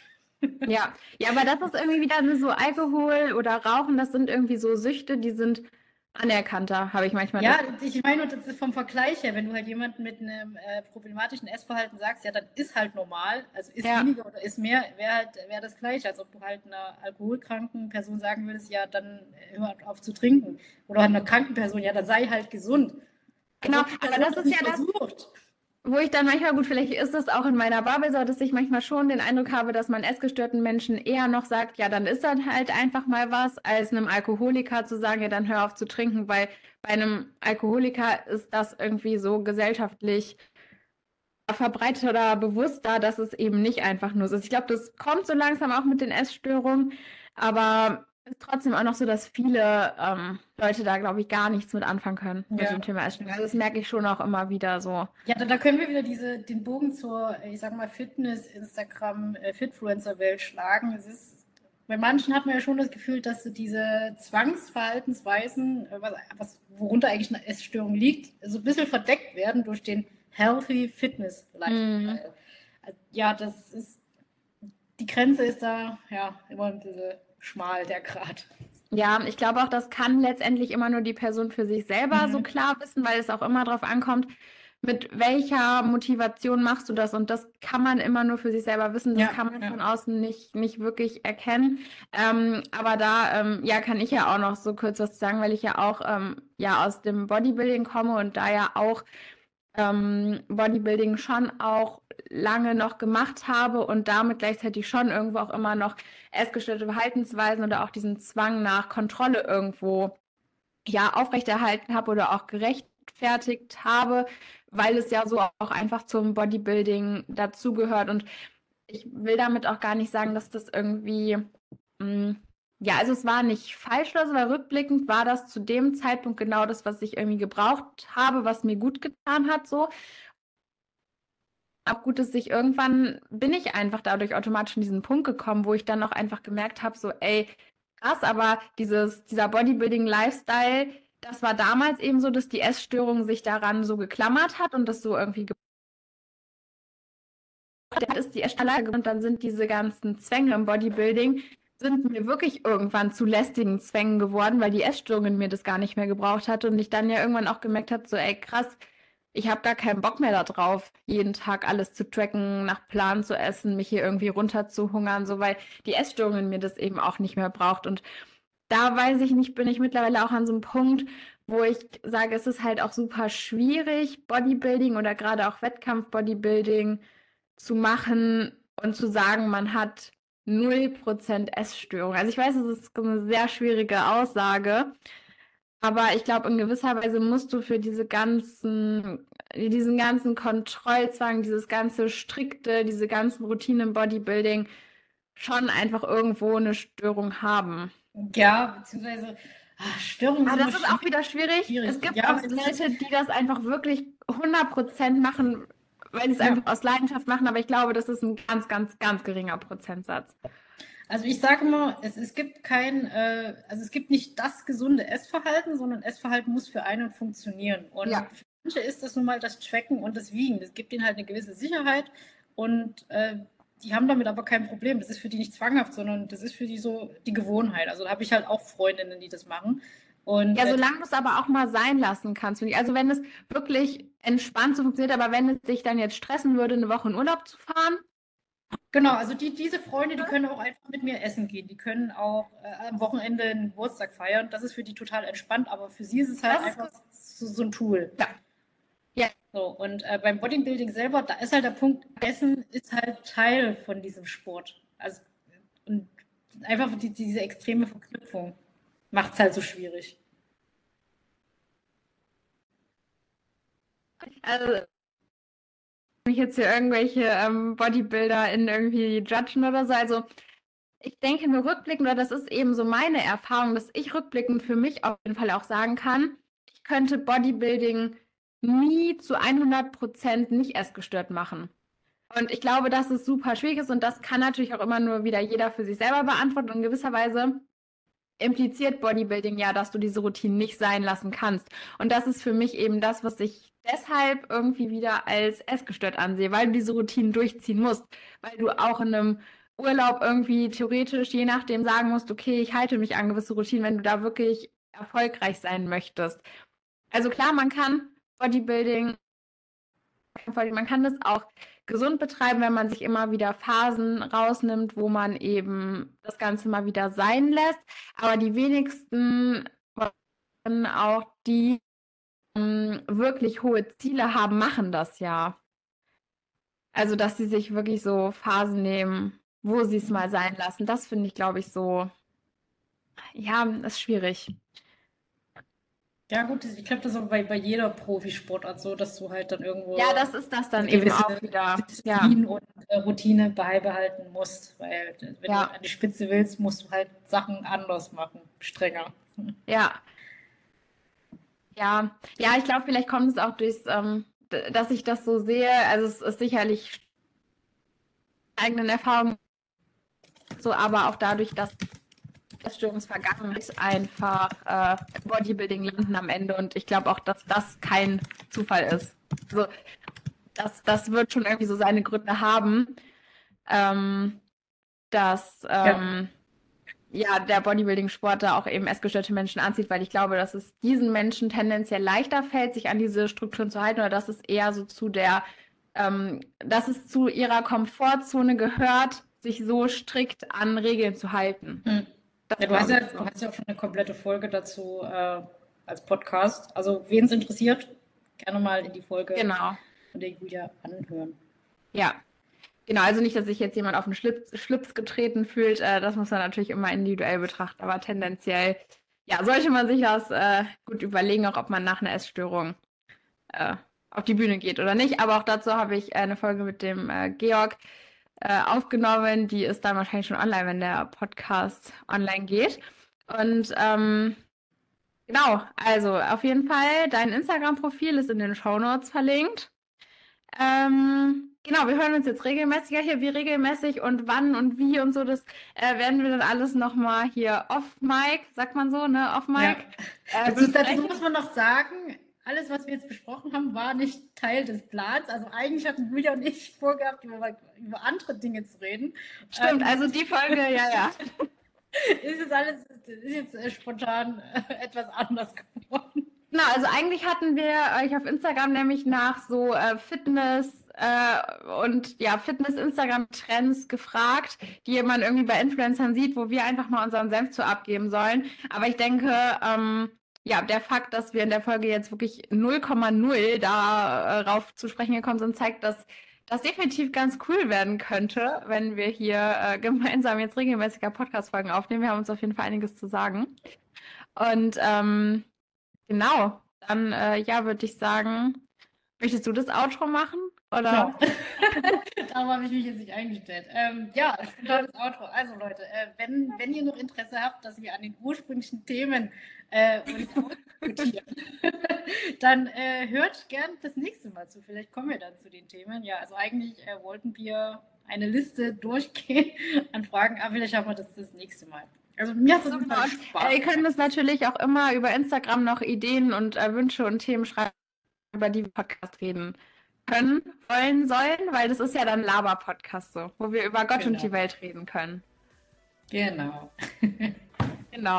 Ja, ja, aber das ist irgendwie wieder so Alkohol oder Rauchen, das sind irgendwie so Süchte, die sind anerkannter, habe ich manchmal ja, das. ich meine, das ist vom Vergleich her, wenn du halt jemanden mit einem äh, problematischen Essverhalten sagst, ja, dann ist halt normal, also ist Ja, weniger oder ist mehr, wäre halt wäre das Gleiche, als ob du halt einer alkoholkranken Person sagen würdest, ja, dann äh, hör halt auf zu trinken. Oder einer kranken Person, ja, dann sei halt gesund. Als genau, ob die aber Person das das ist ja nicht das, versucht. wo ich dann manchmal, gut, vielleicht ist das auch in meiner Bubble so, dass ich manchmal schon den Eindruck habe, dass man essgestörten Menschen eher noch sagt, ja, dann ist dann halt einfach mal was, als einem Alkoholiker zu sagen, ja, dann hör auf zu trinken, weil bei einem Alkoholiker ist das irgendwie so gesellschaftlich verbreitet oder bewusster, dass es eben nicht einfach nur so ist. Ich glaube, das kommt so langsam auch mit den Essstörungen, aber es ist trotzdem auch noch so, dass viele ähm, Leute da, glaube ich, gar nichts mit anfangen können mit dem Ja. Thema Essstörung. Also das merke ich schon auch immer wieder so. Ja, da, da können wir wieder diese, den Bogen zur, ich sag mal, Fitness, Instagram, äh, Fitfluencer-Welt schlagen. Es ist, bei manchen hat man ja schon das Gefühl, dass so diese Zwangsverhaltensweisen, äh, was, was, worunter eigentlich eine Essstörung liegt, so ein bisschen verdeckt werden durch den Healthy Fitness Mhm. Lifestyle. Also, ja, das ist, die Grenze ist da, ja, immer ein bisschen schmal, der Grat. Ja, ich glaube auch, das kann letztendlich immer nur die Person für sich selber so Mhm. klar wissen, weil es auch immer darauf ankommt, mit welcher Motivation machst du das? Und das kann man immer nur für sich selber wissen. Das Ja, kann man ja. von außen nicht, nicht wirklich erkennen. Ähm, aber da, ähm, ja, kann ich ja auch noch so kurz was sagen, weil ich ja auch ähm, ja aus dem Bodybuilding komme und da ja auch ähm, Bodybuilding schon auch lange noch gemacht habe und damit gleichzeitig schon irgendwo auch immer noch essgestörte Verhaltensweisen oder auch diesen Zwang nach Kontrolle irgendwo ja aufrechterhalten habe oder auch gerechtfertigt habe, weil es ja so auch einfach zum Bodybuilding dazugehört. Und ich will damit auch gar nicht sagen, dass das irgendwie, mh, ja, also es war nicht falsch oder so, weil rückblickend war das zu dem Zeitpunkt genau das, was ich irgendwie gebraucht habe, was mir gut getan hat, so auch gut, dass ich irgendwann bin ich einfach dadurch automatisch in diesen Punkt gekommen, wo ich dann auch einfach gemerkt habe, so, ey, krass, aber dieses, dieser Bodybuilding-Lifestyle, das war damals eben so, dass die Essstörung sich daran so geklammert hat und das so irgendwie gebracht ist, die Essstörung und dann sind diese ganzen Zwänge im Bodybuilding sind mir wirklich irgendwann zu lästigen Zwängen geworden, weil die Essstörung in mir das gar nicht mehr gebraucht hat und ich dann ja irgendwann auch gemerkt habe, so, ey, krass, ich habe gar keinen Bock mehr darauf, jeden Tag alles zu tracken, nach Plan zu essen, mich hier irgendwie runter zu hungern, so weil die Essstörung in mir das eben auch nicht mehr braucht. Und da weiß ich nicht, bin ich mittlerweile auch an so einem Punkt, wo ich sage, es ist halt auch super schwierig, Bodybuilding oder gerade auch Wettkampf-Bodybuilding zu machen und zu sagen, man hat null Prozent Essstörung. Also ich weiß, es ist eine sehr schwierige Aussage, aber ich glaube, in gewisser Weise musst du für diese ganzen, diesen ganzen Kontrollzwang, dieses ganze Strikte, diese ganzen Routinen im Bodybuilding schon einfach irgendwo eine Störung haben. Ja, beziehungsweise ah, Störungen Aber sind immer das ist auch schwierig. wieder schwierig. Schwierig. Es gibt Ja, auch weil das ist, Leute, die das einfach wirklich hundert Prozent machen, weil sie es ja. einfach aus Leidenschaft machen, aber ich glaube, das ist ein ganz, ganz, ganz geringer Prozentsatz. Also ich sage immer, es, es gibt kein, äh, also es gibt nicht das gesunde Essverhalten, sondern Essverhalten muss für einen funktionieren. Und Ja. für manche ist das nun mal das Tracken und das Wiegen. Das gibt ihnen halt eine gewisse Sicherheit und äh, die haben damit aber kein Problem. Das ist für die nicht zwanghaft, sondern das ist für die so die Gewohnheit. Also da habe ich halt auch Freundinnen, die das machen. Und, ja, äh, solange du es aber auch mal sein lassen kannst, finde ich. Also wenn es wirklich entspannt so funktioniert, aber wenn es dich dann jetzt stressen würde, eine Woche in Urlaub zu fahren. Genau, also die, diese Freunde, die können auch einfach mit mir essen gehen. Die können auch äh, am Wochenende einen Geburtstag feiern. Das ist für die total entspannt, aber für sie ist es halt Das ist einfach so, so ein Tool. Ja. Ja. So, und äh, beim Bodybuilding selber, da ist halt der Punkt, Essen ist halt Teil von diesem Sport. Also, und einfach die, diese extreme Verknüpfung macht es halt so schwierig. Also mich jetzt hier irgendwelche ähm, Bodybuilder in irgendwie judgen oder so. Also ich denke nur rückblickend, oder das ist eben so meine Erfahrung, dass ich rückblickend für mich auf jeden Fall auch sagen kann, ich könnte Bodybuilding nie zu hundert Prozent nicht essgestört machen. Und ich glaube, dass es super schwierig ist und das kann natürlich auch immer nur wieder jeder für sich selber beantworten. Und in gewisser Weise impliziert Bodybuilding ja, dass du diese Routine nicht sein lassen kannst. Und das ist für mich eben das, was ich deshalb irgendwie wieder als essgestört ansehe, weil du diese Routinen durchziehen musst, weil du auch in einem Urlaub irgendwie theoretisch, je nachdem, sagen musst, okay, ich halte mich an gewisse Routinen, wenn du da wirklich erfolgreich sein möchtest. Also klar, man kann Bodybuilding, man kann das auch gesund betreiben, wenn man sich immer wieder Phasen rausnimmt, wo man eben das Ganze mal wieder sein lässt. Aber die wenigsten, auch die ähm, wirklich hohe Ziele haben, machen das ja. Also, dass sie sich wirklich so Phasen nehmen, wo sie es mal sein lassen. Das finde ich, glaube ich, so, ja, ist schwierig. Ja, gut, ich glaube, das ist auch bei, bei jeder Profisportart so, dass du halt dann irgendwo Ja, das ist das dann eine eben gewisse auch wieder. Ja, Disziplin und äh, Routine beibehalten musst, weil äh, wenn du ja, an die Spitze willst, musst du halt Sachen anders machen, strenger. ja, ja. Ja, ich glaube, vielleicht kommt es auch durchs, ähm, d- dass ich das so sehe. Also es ist sicherlich eigenen Erfahrungen so, aber auch dadurch, dass Essstörungsvergangenheit einfach äh, im Bodybuilding landen am Ende. Und ich glaube auch, dass das kein Zufall ist. Also das, das wird schon irgendwie so seine Gründe haben, ähm, dass Ja, ähm, ja, der Bodybuilding-Sport da auch eben essgestörte Menschen anzieht, weil ich glaube, dass es diesen Menschen tendenziell leichter fällt, sich an diese Strukturen zu halten oder dass es eher so zu der, ähm, dass es zu ihrer Komfortzone gehört, sich so strikt an Regeln zu halten. hm. Das Ja, du hast glaube ja, ich du so. hast ja auch schon eine komplette Folge dazu äh, als Podcast. Also, wen es interessiert, gerne mal in die Folge Genau. von der Julia anhören. Ja. Genau, also nicht, dass sich jetzt jemand auf den Schlips, Schlips getreten fühlt, äh, das muss man natürlich immer individuell betrachten, aber tendenziell, ja, sollte man sich das äh, gut überlegen, auch ob man nach einer Essstörung äh, auf die Bühne geht oder nicht. Aber auch dazu habe ich äh, eine Folge mit dem äh, Georg äh, aufgenommen. Die ist dann wahrscheinlich schon online, wenn der Podcast online geht. Und ähm, genau, also auf jeden Fall, dein Instagram-Profil ist in den Shownotes verlinkt. Ähm, genau, wir hören uns jetzt regelmäßiger hier, wie regelmäßig und wann und wie und so, das äh, werden wir dann alles nochmal hier off-Mic, sagt man so, ne, off-Mic, Ja, äh, dazu, dazu besprechen. muss man noch sagen, alles, was wir jetzt besprochen haben, war nicht Teil des Plans. Also eigentlich hatten Julia und ich vorgehabt, über, über andere Dinge zu reden. Stimmt, Ähm, also die Folge, ja, ja. ist jetzt alles, ist jetzt äh, spontan äh, etwas anders geworden. Genau, also eigentlich hatten wir euch auf Instagram nämlich nach so äh, Fitness äh, und ja, Fitness-Instagram-Trends gefragt, die man irgendwie bei Influencern sieht, wo wir einfach mal unseren Senf zu abgeben sollen. Aber ich denke, ähm, ja, der Fakt, dass wir in der Folge jetzt wirklich null Komma null darauf zu sprechen gekommen sind, zeigt, dass das definitiv ganz cool werden könnte, wenn wir hier äh, gemeinsam jetzt regelmäßiger Podcast-Folgen aufnehmen. Wir haben uns auf jeden Fall einiges zu sagen. Und ähm, genau, dann äh, ja, würde ich sagen, möchtest du das Outro machen? Oder? Genau. Darauf habe ich mich jetzt nicht eingestellt. Ähm, ja, spontanes Outro. Also Leute, äh, wenn, wenn ihr noch Interesse habt, dass wir an den ursprünglichen Themen äh, uns diskutieren, dann äh, hört gern das nächste Mal zu. Vielleicht kommen wir dann zu den Themen. Ja, also eigentlich äh, wollten wir eine Liste durchgehen an Fragen, aber vielleicht haben wir das das nächste Mal. Also mir hat es auf jeden Fall Spaß. Äh, ihr könnt uns natürlich auch immer über Instagram noch Ideen und äh, Wünsche und Themen schreiben, über die wir Podcast reden können, wollen, sollen, weil das ist ja dann Laber-Podcast so, wo wir über Gott Genau. und die Welt reden können. Genau. Genau.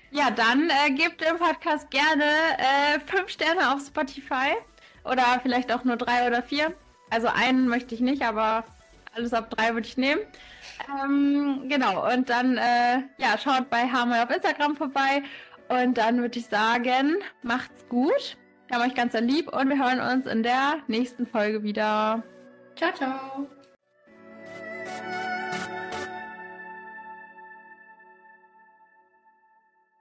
Ja, dann äh, gebt dem Podcast gerne äh, fünf Sterne auf Spotify oder vielleicht auch nur drei oder vier. Also einen möchte ich nicht, aber alles ab drei würde ich nehmen. Ähm, genau, und dann äh, ja, schaut bei Harmonie auf Instagram vorbei und dann würde ich sagen, macht's gut. Wir haben euch ganz sehr lieb und wir hören uns in der nächsten Folge wieder. Ciao, ciao.